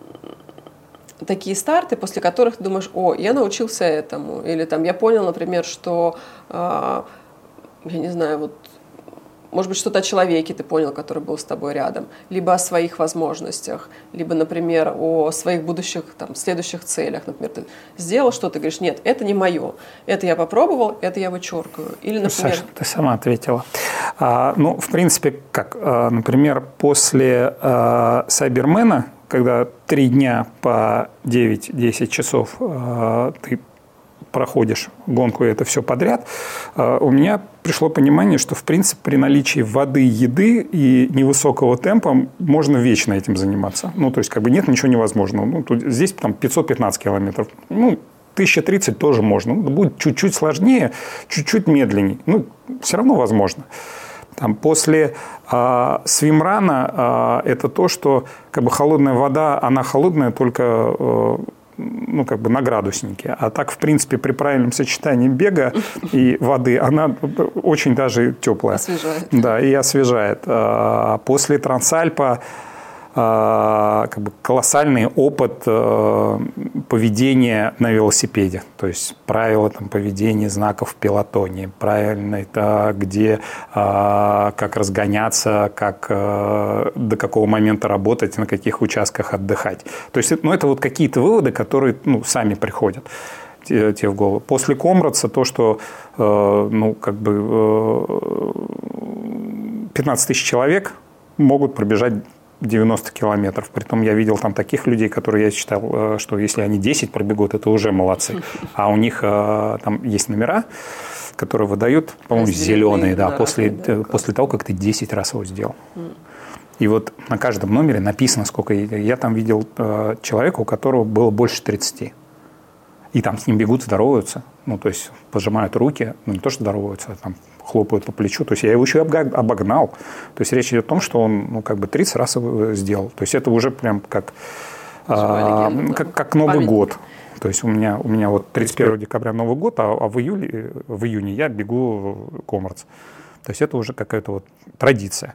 такие старты, после которых ты думаешь, о, я научился этому, или там я понял, например, что, э, я не знаю, вот, может быть, что-то о человеке ты понял, который был с тобой рядом, либо о своих возможностях, либо, например, о своих будущих, там, следующих целях. Например, ты сделал что-то, говоришь, нет, это не мое, это я попробовал, это я вычеркиваю. Или, например... Саша, ты сама ответила. А, ну, в принципе, как, а, например, после а, Сайбермена, когда три дня по девять-десять часов а, ты проходишь гонку, и это все подряд, у меня пришло понимание, что, в принципе, при наличии воды, еды и невысокого темпа можно вечно этим заниматься. Ну, то есть, как бы нет ничего невозможного. Ну, тут, здесь там пятьсот пятнадцать километров. Ну, тысяча тридцать тоже можно. Ну, будет чуть-чуть сложнее, чуть-чуть медленнее. Ну, все равно возможно. Там, после э, свимрана э, это то, что как бы холодная вода, она холодная только... Э, ну, как бы на градуснике. А так, в принципе, при правильном сочетании бега и воды, она очень даже теплая. Освежает. Да, и освежает. После Трансальпа как бы колоссальный опыт поведения на велосипеде. То есть правила там, поведения знаков в пелотоне, правильно это где, как разгоняться, как, до какого момента работать, на каких участках отдыхать. То есть ну, это вот какие-то выводы, которые ну, сами приходят тебе в голову. После Комрадса то, что ну, как бы пятнадцать тысяч человек могут пробежать девяносто километров. Притом я видел там таких людей, которые я считал, что если они десять пробегут, это уже молодцы. А у них там есть номера, которые выдают, по-моему, зеленые, да, после, да, после того, как ты десять раз его сделал. Mm. И вот на каждом номере написано, сколько я, я там видел человека, у которого было больше тридцати. И там с ним бегут, здороваются. Ну, то есть пожимают руки, ну, не то, что здороваются, а там хлопают по плечу. То есть я его еще обогнал. То есть речь идет о том, что он ну, как бы тридцать раз его сделал. То есть это уже прям как, а, легенда, как, как Новый память. Год. То есть у меня, у меня вот тридцать первого декабря Новый год, а, а в, июле, в июне я бегу Комрадс. То есть это уже какая-то вот традиция.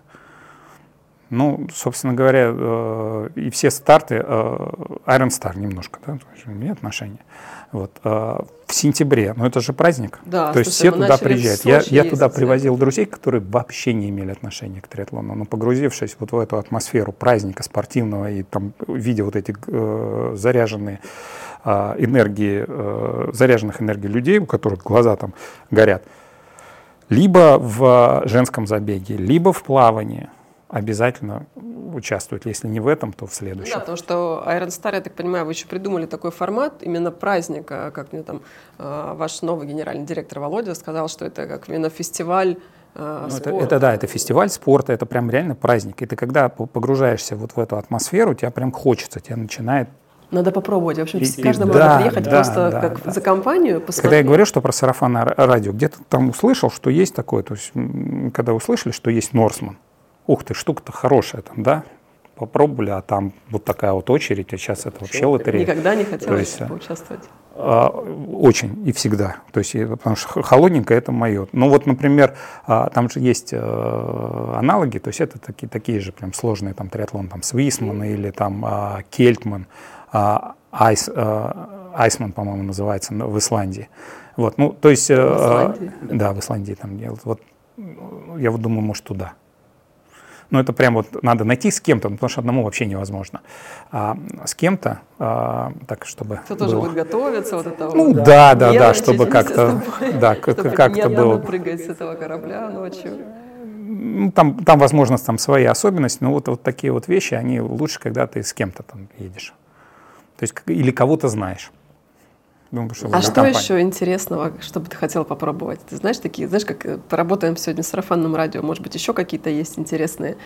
Ну, собственно говоря, э, и все старты, э, Iron Star немножко, да, имеет отношение. Вот, э, в сентябре, но это же праздник, да, то есть все туда приезжают. Я, я туда привозил друзей, которые вообще не имели отношения к триатлону, но погрузившись вот в эту атмосферу праздника спортивного и там видя вот эти э, заряженные э, энергии, э, заряженных энергий людей, у которых глаза там горят, либо в женском забеге, либо в плавании обязательно участвуют. Если не в этом, то в следующем. Да, потому что Iron Star, я так понимаю, вы еще придумали такой формат именно праздника, как мне там ваш новый генеральный директор Володя сказал, что это как именно фестиваль э, ну, спорта. Это, это да, это фестиваль спорта, это прям реально праздник. И ты когда погружаешься вот в эту атмосферу, тебя прям хочется, тебя начинает. Надо попробовать. В общем, и, каждому да, надо приехать да, просто да, как да. за компанию посмотреть. Когда я говорю, что про сарафанное радио, где-то там услышал, что есть такое, то есть когда услышали, что есть Норсман, ух ты, штука-то хорошая там, да, попробовали, а там вот такая вот очередь, а сейчас это вообще лотерея. Никогда не хотелось есть, поучаствовать? А, очень и всегда, то есть, потому что холодненькое это мое. Ну вот, например, там же есть аналоги, то есть это такие, такие же прям сложные там триатлон, там Свисман mm-hmm. или там Кельтман, Айс, Айсман, по-моему, называется в Исландии. Вот, ну, то есть, в Исландии? Да, в Исландии там делают. Вот, я вот думаю, может, туда. Но это прям вот надо найти с кем-то, потому что одному вообще невозможно. А с кем-то, а, так, чтобы Кто было... тоже будет готовиться, вот это Ну вот, да, да, да, чтобы как-то... Да, как-то было... прыгать с этого корабля ночью. Ну, там, там, возможно, там свои особенности, но вот, вот такие вот вещи, они лучше, когда ты с кем-то там едешь. То есть или кого-то знаешь. Думаю, что а что компания. еще интересного, что бы ты хотела попробовать? Ты знаешь, такие, знаешь, как поработаем сегодня с сарафанным радио, может быть, еще какие-то есть интересные.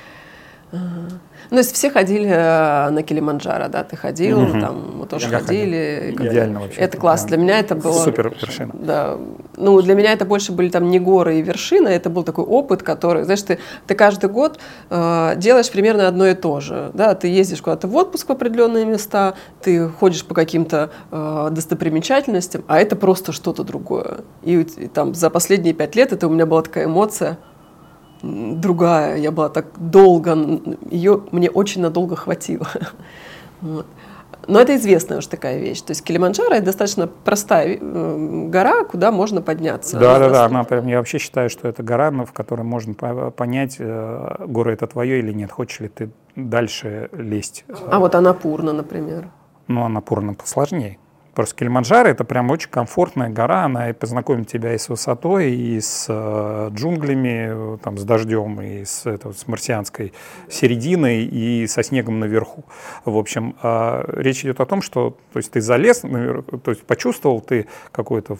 Ну, если все ходили на Килиманджаро, да, ты ходил, угу. там мы тоже Я ходили. Ходил. Идеально вообще. Это класс. Для меня это было... Супер вершина. Да. Ну, для меня это больше были там не горы и вершины, это был такой опыт, который, знаешь, ты, ты каждый год э, делаешь примерно одно и то же. Да? Ты ездишь куда-то в отпуск в определенные места, ты ходишь по каким-то э, достопримечательностям, а это просто что-то другое. И, и там за последние пять лет это у меня была такая эмоция, другая, я была так долго, ее мне очень надолго хватило. Вот. Но это известная уж такая вещь. То есть Килиманджаро — это достаточно простая гора, куда можно подняться. Да, да, да, она прям, я вообще считаю, что это гора, в которой можно понять, гора это твое или нет, хочешь ли ты дальше лезть. А вот Анапурна, например. Ну, Анапурна посложнее. Просто Килиманджаро — это прям очень комфортная гора, она и познакомит тебя и с высотой, и с э, джунглями, там, с дождем, и с, это, с марсианской серединой, и со снегом наверху. В общем, э, речь идет о том, что то есть, ты залез, то есть почувствовал ты какой-то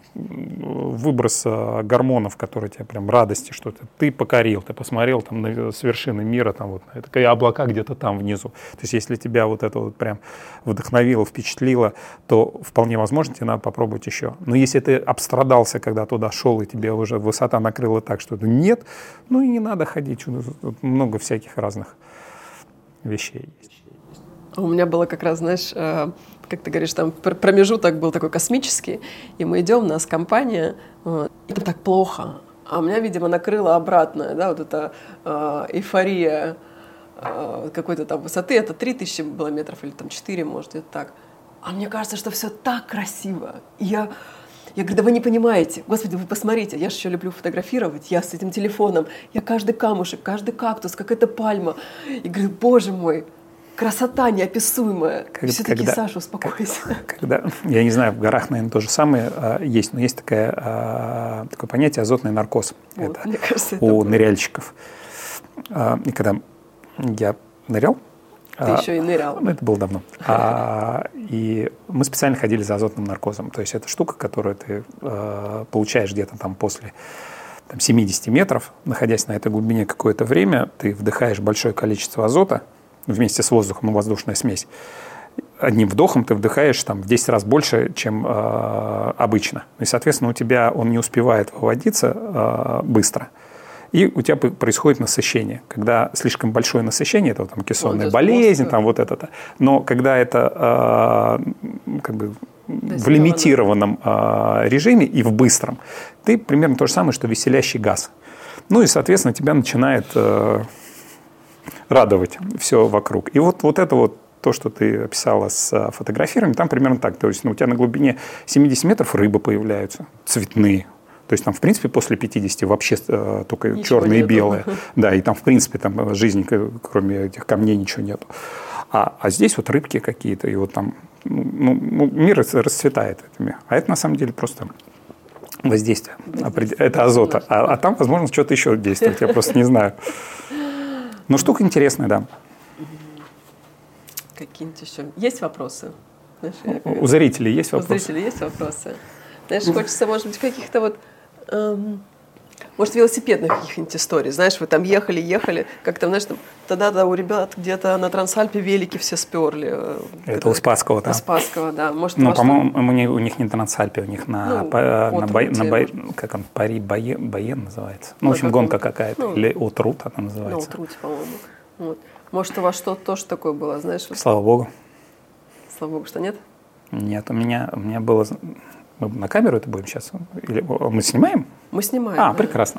выброс э, гормонов, которые тебе прям радости, что ты, ты покорил, ты посмотрел там, на, с вершины мира, там, вот, это, облака где-то там внизу. То есть если тебя вот это вот прям вдохновило, впечатлило, то вполне возможно, тебе надо попробовать еще. Но если ты обстрадался, когда туда шел, и тебе уже высота накрыла так, что это нет, ну и не надо ходить. Тут много всяких разных вещей есть. У меня было как раз, знаешь, как ты говоришь, там промежуток был такой космический, и мы идем, у нас компания, это так плохо. А у меня, видимо, накрыло обратное, да, вот эта эйфория какой-то там высоты, это три тысячи было метров или там четыре, может, это так. А мне кажется, что все так красиво. И я, я говорю, да вы не понимаете. Господи, вы посмотрите, я же еще люблю фотографировать. Я с этим телефоном, я каждый камушек, каждый кактус, как эта пальма. И говорю, боже мой, красота неописуемая. Как, все-таки, когда, Саша, успокойся. Когда, я не знаю, в горах, наверное, то же самое а, есть, но есть такая, а, такое понятие азотный наркоз. Вот, это мне кажется, у это ныряльщиков. А, и когда я нырял, Ты а, еще и нырял. Ну, это было давно. А, и мы специально ходили за азотным наркозом. То есть это штука, которую ты а, получаешь где-то там после там, семидесяти метров, находясь на этой глубине какое-то время, ты вдыхаешь большое количество азота вместе с воздухом, ну, воздушная смесь. Одним вдохом ты вдыхаешь там, в десять раз больше, чем а, обычно. И, соответственно, у тебя он не успевает выводиться а, быстро. И у тебя происходит насыщение. Когда слишком большое насыщение, это там кессонная болезнь, там вот это. Но когда это э, как бы в лимитированном э, режиме и в быстром, ты примерно то же самое, что веселящий газ. Ну и, соответственно, тебя начинает э, радовать все вокруг. И вот, вот это вот то, что ты описала с фотографированием, там примерно так. То есть ну, у тебя на глубине семидесяти метров рыбы появляются, цветные. То есть там, в принципе, после пятидесяти вообще э, только ничего черные нету. И белые. Да, и там, в принципе, там жизни, кроме этих камней, ничего нету. А, а здесь вот рыбки какие-то, и вот там ну, ну, мир расцветает этими. А это, на самом деле, просто Воздействие. Это азот. А, а там, возможно, что-то еще действует. Я просто не знаю. Но штука интересная, да. Какие-нибудь еще. Есть вопросы? Знаешь, у, у зрителей есть вопросы? У зрителей есть вопросы. Знаешь, хочется, может быть, каких-то вот... Эм, может, велосипедных каких-нибудь историй. Знаешь, вы там ехали, ехали, как там, знаешь, там, тогда-то у ребят где-то на Трансальпе велики все сперли. Это у Спасского, да? У Спасского, да. Может, ну, по-моему, у них, у них не на Трансальпе, у них на, ну, по, на, бай, Рути, на бай, как он, Пари Байен, Байен называется. Ну, в общем, гонка какая-то. Ну, или Отрут она называется. Ну, Отрут, по-моему. Вот. Может, у вас что-то тоже такое было, знаешь? Вот. Слава богу. Слава богу, что нет? Нет, у меня, у меня было... Мы на камеру это будем сейчас? Или мы снимаем? Мы снимаем. А, да. Прекрасно.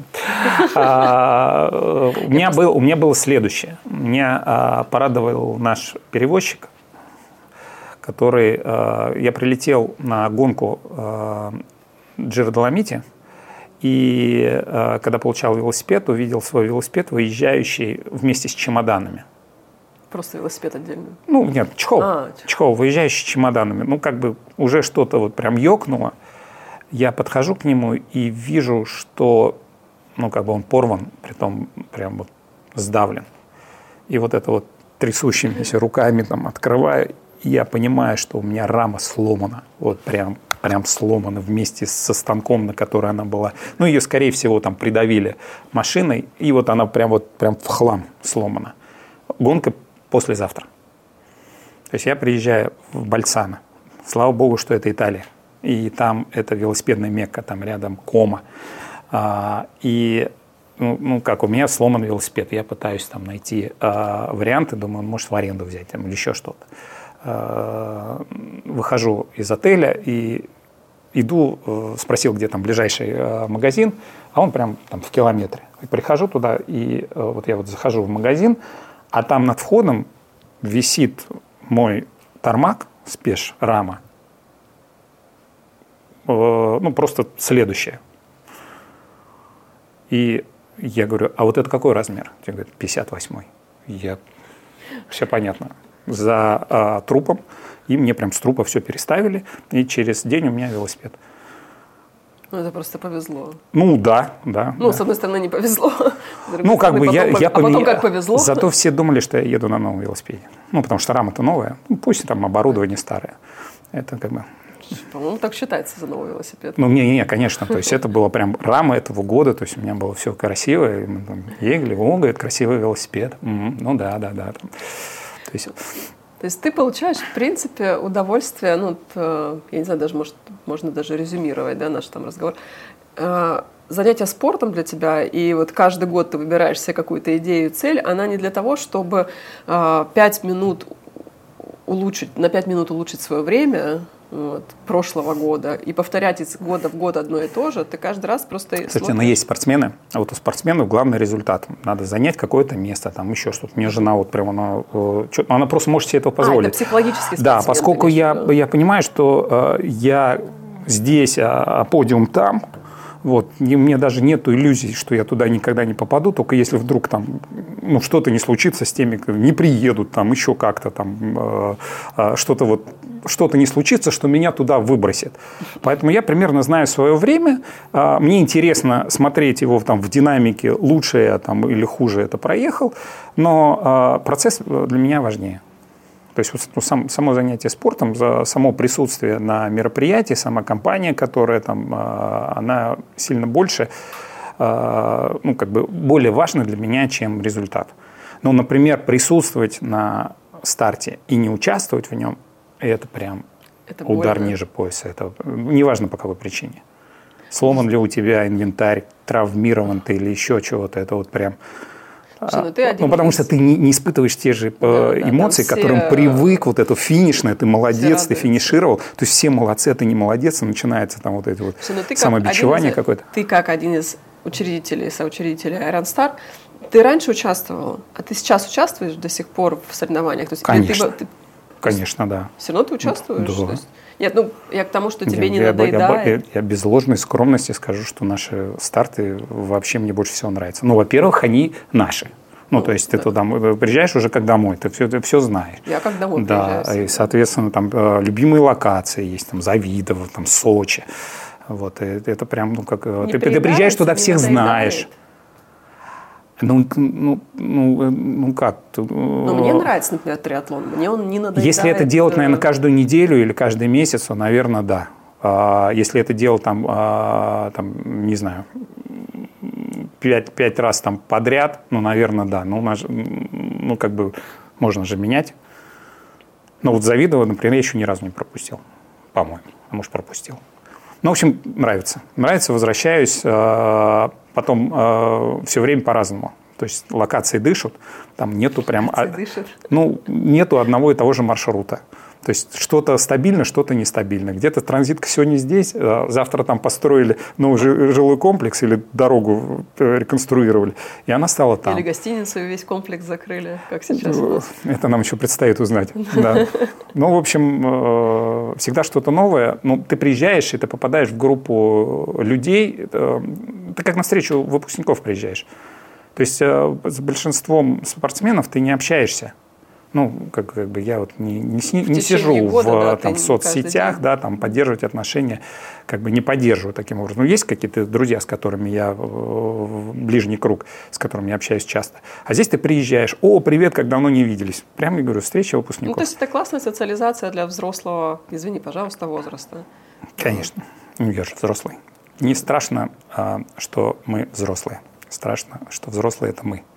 У меня было следующее. Меня порадовал наш перевозчик, который... Я прилетел на гонку Джиро Доломити, и когда получал велосипед, увидел свой велосипед, выезжающий вместе с чемоданами. Просто велосипед отдельно? Ну, нет, чехол. А, чехол, выезжающий с чемоданами. Ну, как бы уже что-то вот прям ёкнуло. Я подхожу к нему и вижу, что, ну, как бы он порван, притом прям вот сдавлен. И вот это вот трясущимися руками там открываю, и я понимаю, что у меня рама сломана. Вот прям, прям сломана вместе со станком, на которой она была. Ну, ее, скорее всего, там придавили машиной, и вот она прям вот прям в хлам сломана. Гонка послезавтра. То есть я приезжаю в Больцано. Слава богу, что это Италия. И там это велосипедная Мекка, там рядом Кома. А, и, ну, ну, как, у меня сломан велосипед. Я пытаюсь там найти а, варианты, думаю, может, в аренду взять там, или еще что-то. А, выхожу из отеля и иду, спросил, где там ближайший а, магазин, а он прям там в километре. И прихожу туда, и а, вот я вот захожу в магазин, а там над входом висит мой тормак, спеш, рама, э, ну, просто следующее. И я говорю, а вот это какой размер? Я говорю, пятьдесят восьмой. Я... Все понятно. За э, трупом. И мне прям с трупа все переставили. И через день у меня велосипед. Ну, это просто повезло. Ну, да, да. Ну, да. с одной стороны, не повезло. Ну, как бы потом, я, я а потом поменя... как повезло. Зато все думали, что я еду на новом велосипеде. Ну, потому что рама-то новая. Ну, пусть там оборудование старое. Это как бы... По-моему, так считается за новый велосипед. Ну, не-не, конечно. То есть это было прям рама этого года. То есть у меня было все красиво. И мы там ехали, о, говорит, красивый велосипед. М-м, ну, да, да, да. То есть... То есть ты получаешь, в принципе, удовольствие, ну, то, я не знаю, даже, может, можно даже резюмировать, да, наш там разговор. Э, занятие спортом для тебя, и вот каждый год ты выбираешь себе какую-то идею, цель, она не для того, чтобы э, пять минут улучшить, на пять минут улучшить свое время, вот, прошлого года и повторять из года в год одно и то же, ты каждый раз просто... Кстати, смотришь. но есть спортсмены, а вот у спортсменов главный результат. Надо занять какое-то место, там еще что-то. У меня жена вот прям, она, она просто может себе этого позволить. А, это психологический спортсмен. Да, поскольку я, я понимаю, что э, я здесь, а, а подиум там, вот, и мне даже нет иллюзий, что я туда никогда не попаду, только если вдруг там, ну, что-то не случится с теми, не приедут, там, еще как-то там, э, э, что-то вот, что-то не случится, что меня туда выбросит. Поэтому я примерно знаю свое время, э, мне интересно смотреть его там в динамике, лучше я там или хуже это проехал, но э, процесс для меня важнее. То есть ну, сам, само занятие спортом, за само присутствие на мероприятии, сама компания, которая там, она сильно больше, ну, как бы более важна для меня, чем результат. Ну, например, присутствовать на старте и не участвовать в нем, это прям это удар ниже пояса. Это неважно по какой причине. Сломан ли у тебя инвентарь, травмирован ты или еще чего-то, это вот прям... Слушай, ну, ты ну, потому из... что ты не, не испытываешь те же да, эмоции, к которым все... привык, вот это финишное, ты молодец, ты финишировал. То есть все молодцы, а ты не молодец, и начинается там вот это вот Слушай, ну, самобичевание из... какое-то. Ты как один из учредителей, соучредителей Iron Star, ты раньше участвовал, а ты сейчас участвуешь до сих пор в соревнованиях? То есть, Конечно, ты... конечно, да. Все равно ты участвуешь? Да. То есть... Нет, ну я к тому, что тебе я, не я, надоедает. Я, я, я без ложной скромности скажу, что наши старты вообще мне больше всего нравятся. Ну, во-первых, они наши. Ну, ну, то есть да. ты туда приезжаешь уже как домой, ты все, ты все знаешь. Я как домой да, приезжаю. И, соответственно, там любимые локации есть, там Завидово, там Сочи. Вот, это прям, ну, как... Ты, ты приезжаешь туда, всех знаешь. Ну, ну, ну, ну как? Но мне нравится, например, триатлон. Мне он не надоедает. Если это делать, наверное, каждую неделю или каждый месяц, то, наверное, да. А если это делать, там, а, там, не знаю, пять, пять раз там подряд, ну, наверное, да. Ну, ну, как бы можно же менять. Но вот Завидово, например, я еще ни разу не пропустил. По-моему. А может, пропустил. Ну, в общем, нравится. Нравится, возвращаюсь. Потом э, все время по-разному. То есть локации дышат, там нету прям... А, ну, нету одного и того же маршрута. То есть что-то стабильно, что-то нестабильно. Где-то транзитка сегодня здесь, завтра там построили новый жилой комплекс или дорогу реконструировали, и она стала там. Или гостиницу и весь комплекс закрыли, как сейчас у нас. Это нам еще предстоит узнать. Да. Ну, в общем, всегда что-то новое. Ну, ты приезжаешь, и ты попадаешь в группу людей. Ты как на встречу выпускников приезжаешь. То есть с большинством спортсменов ты не общаешься. Ну, как, как бы я вот не, не, не сижу года, в, да, там, в соцсетях, да, там, поддерживать отношения, как бы не поддерживаю таким образом. Ну, есть какие-то друзья, с которыми я, ближний круг, с которыми я общаюсь часто. А здесь ты приезжаешь, о, привет, как давно не виделись. Прямо, я говорю, встреча выпускников. Ну, то есть это классная социализация для взрослого, извини, пожалуйста, возраста. Конечно. Ну, я же взрослый. Не страшно, что мы взрослые. Страшно, что взрослые – это мы.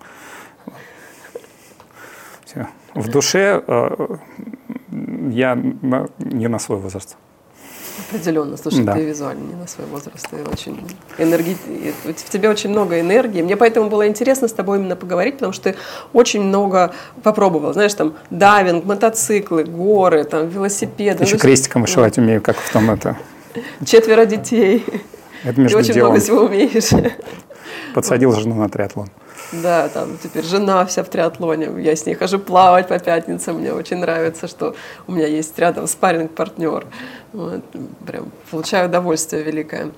Все. В душе э, я на, не на свой возраст. Определенно. Слушай, да. Ты визуально не на свой возраст. Ты очень энерги... В тебе очень много энергии. Мне поэтому было интересно с тобой именно поговорить, потому что ты очень много попробовал. Знаешь, там дайвинг, мотоциклы, горы, там, велосипеды. Еще ну, крестиком вышивать ну. умею, как в том это. Четверо детей. Это между Ты очень делом. много всего умеешь. Подсадил жену на триатлон. Да, там теперь жена вся в триатлоне, я с ней хожу плавать по пятницам, мне очень нравится, что у меня есть рядом спарринг-партнер, вот, прям получаю удовольствие великое.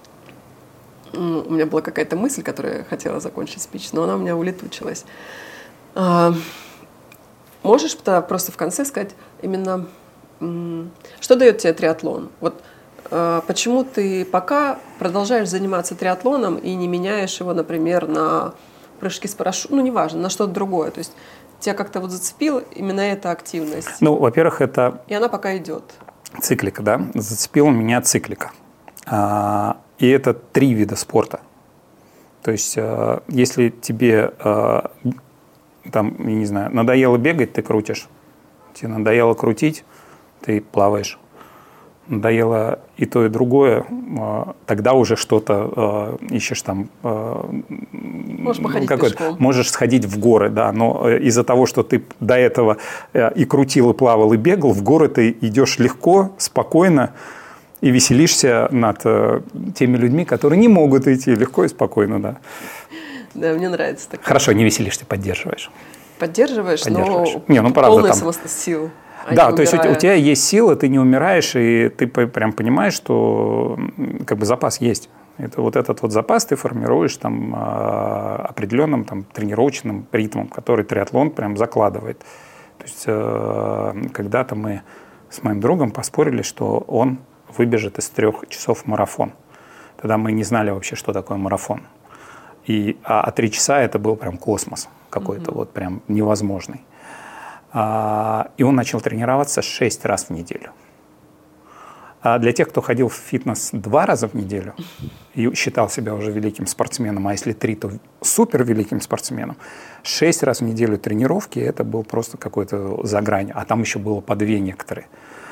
У меня была какая-то мысль, которую я хотела закончить спич, но она у меня улетучилась. А, можешь тогда просто в конце сказать именно, что дает тебе триатлон? Вот а, почему ты пока продолжаешь заниматься триатлоном и не меняешь его, например, на прыжки с парашютом, ну, неважно, на что-то другое. То есть тебя как-то вот зацепила именно эта активность. Ну, во-первых, это... И она пока идет. Циклика, да. Зацепила меня циклика. А, и это три вида спорта. То есть, а, если тебе, а, там, я не знаю, надоело бегать, ты крутишь. Тебе надоело крутить, ты плаваешь. Надоело и то, и другое, тогда уже что-то э, ищешь там. Э, можешь походить пешком. Можешь сходить в горы, да, но из-за того, что ты до этого и крутил, и плавал, и бегал, в горы ты идешь легко, спокойно и веселишься над э, теми людьми, которые не могут идти легко и спокойно, да. Да, мне нравится такое. Хорошо, не веселишься, поддерживаешь. Поддерживаешь, поддерживаешь. но не, ну, правда, полная там... сил. Да, то есть у, у тебя есть сила, ты не умираешь, и ты прям понимаешь, что как бы запас есть. Это вот этот вот запас ты формируешь там определенным там тренировочным ритмом, который триатлон прям закладывает. То есть когда-то мы с моим другом поспорили, что он выбежит из трех часов марафон. Тогда мы не знали вообще, что такое марафон. И, а, а три часа это был прям космос какой-то, mm-hmm. вот прям невозможный. И он начал тренироваться шесть раз в неделю. А для тех, кто ходил в фитнес два раза в неделю и считал себя уже великим спортсменом, а если три, то супер великим спортсменом, шесть раз в неделю тренировки – это был просто какой-то за грань. А там еще было по две некоторые.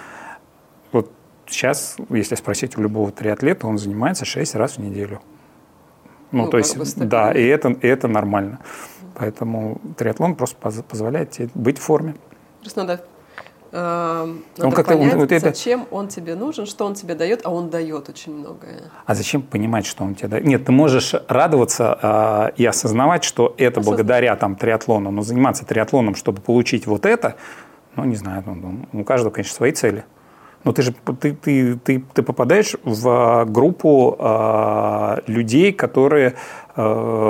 Вот сейчас, если спросить у любого триатлета, он занимается шесть раз в неделю. Ну, ну то есть, да, и это, и это нормально. Поэтому триатлон просто позволяет тебе быть в форме. Просто надо, э, надо ну, понять, вот это... зачем он тебе нужен, что он тебе дает, а он дает очень многое. А зачем понимать, что он тебе дает? Нет, ты можешь радоваться э, и осознавать, что это Осозна... благодаря там, триатлону. Но заниматься триатлоном, чтобы получить вот это, ну, не знаю, ну, у каждого, конечно, свои цели. Но ты же ты, ты, ты, ты попадаешь в группу э, людей, которые... Э,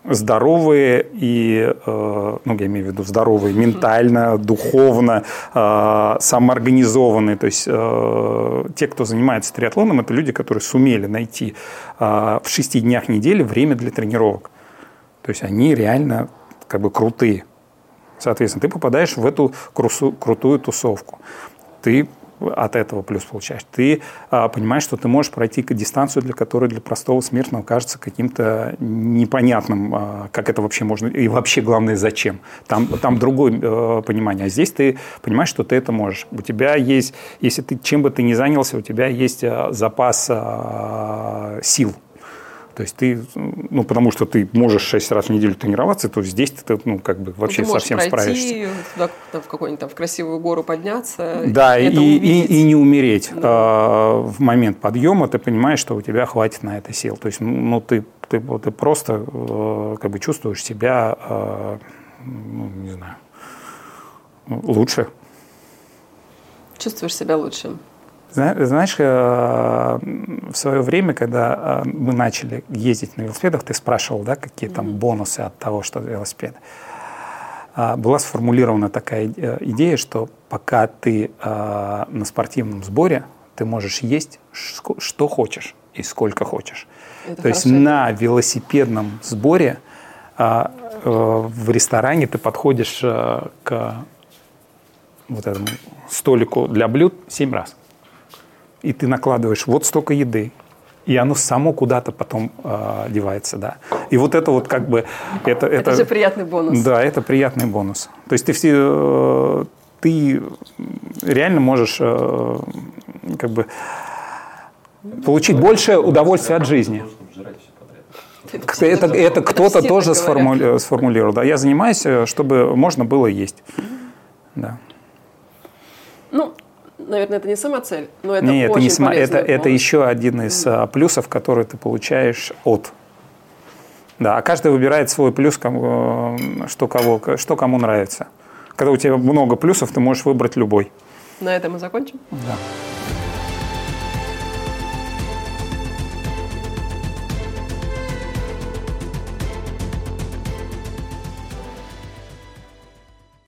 здоровые и, ну, я имею в виду здоровые ментально, духовно, самоорганизованные. То есть те, кто занимается триатлоном, это люди, которые сумели найти в шести днях недели время для тренировок. То есть они реально как бы крутые. Соответственно, ты попадаешь в эту крутую тусовку. Ты от этого плюс получаешь. Ты а, понимаешь, что ты можешь пройти дистанцию, для которой для простого смертного кажется каким-то непонятным, а, как это вообще можно, и вообще, главное, зачем. Там, там другое а, понимание. А здесь ты понимаешь, что ты это можешь. У тебя есть, если ты чем бы ты ни занялся, у тебя есть а, запас а, сил. То есть ты, ну, потому что ты можешь шесть раз в неделю тренироваться, то здесь ты, ну, как бы вообще ты совсем справишься. Ты можешь пройти в какую-нибудь там в красивую гору подняться. Да, и, и, и не умереть. Да. А, в момент подъема ты понимаешь, что у тебя хватит на это сил. То есть, ну, ты, ты, ты просто как бы чувствуешь себя, ну, не знаю, лучше. Чувствуешь себя лучше. Знаешь, в свое время, когда мы начали ездить на велосипедах, ты спрашивал, да, какие там mm-hmm. бонусы от того, что велосипед. Была сформулирована такая идея, что пока ты на спортивном сборе, ты можешь есть что хочешь и сколько хочешь. Это То есть на велосипедном сборе в ресторане ты подходишь к вот этому столику для блюд семь раз. И ты накладываешь вот столько еды, и оно само куда-то потом э, девается, да. И вот это вот как бы... Это, это, это же приятный бонус. Да, это приятный бонус. То есть ты, все, э, ты реально можешь э, как бы получить большее удовольствие от жизни. Это, это, это кто-то это тоже сформули, сформулировал. Да. Я занимаюсь, чтобы можно было есть. Да. Ну... Наверное, это не сама цель, но это Нет, очень это, не это, это бонус. еще один из mm. плюсов, которые ты получаешь от. Да, а каждый выбирает свой плюс, кому, что, кого, что кому нравится. Когда у тебя много плюсов, ты можешь выбрать любой. На этом мы закончим? Да.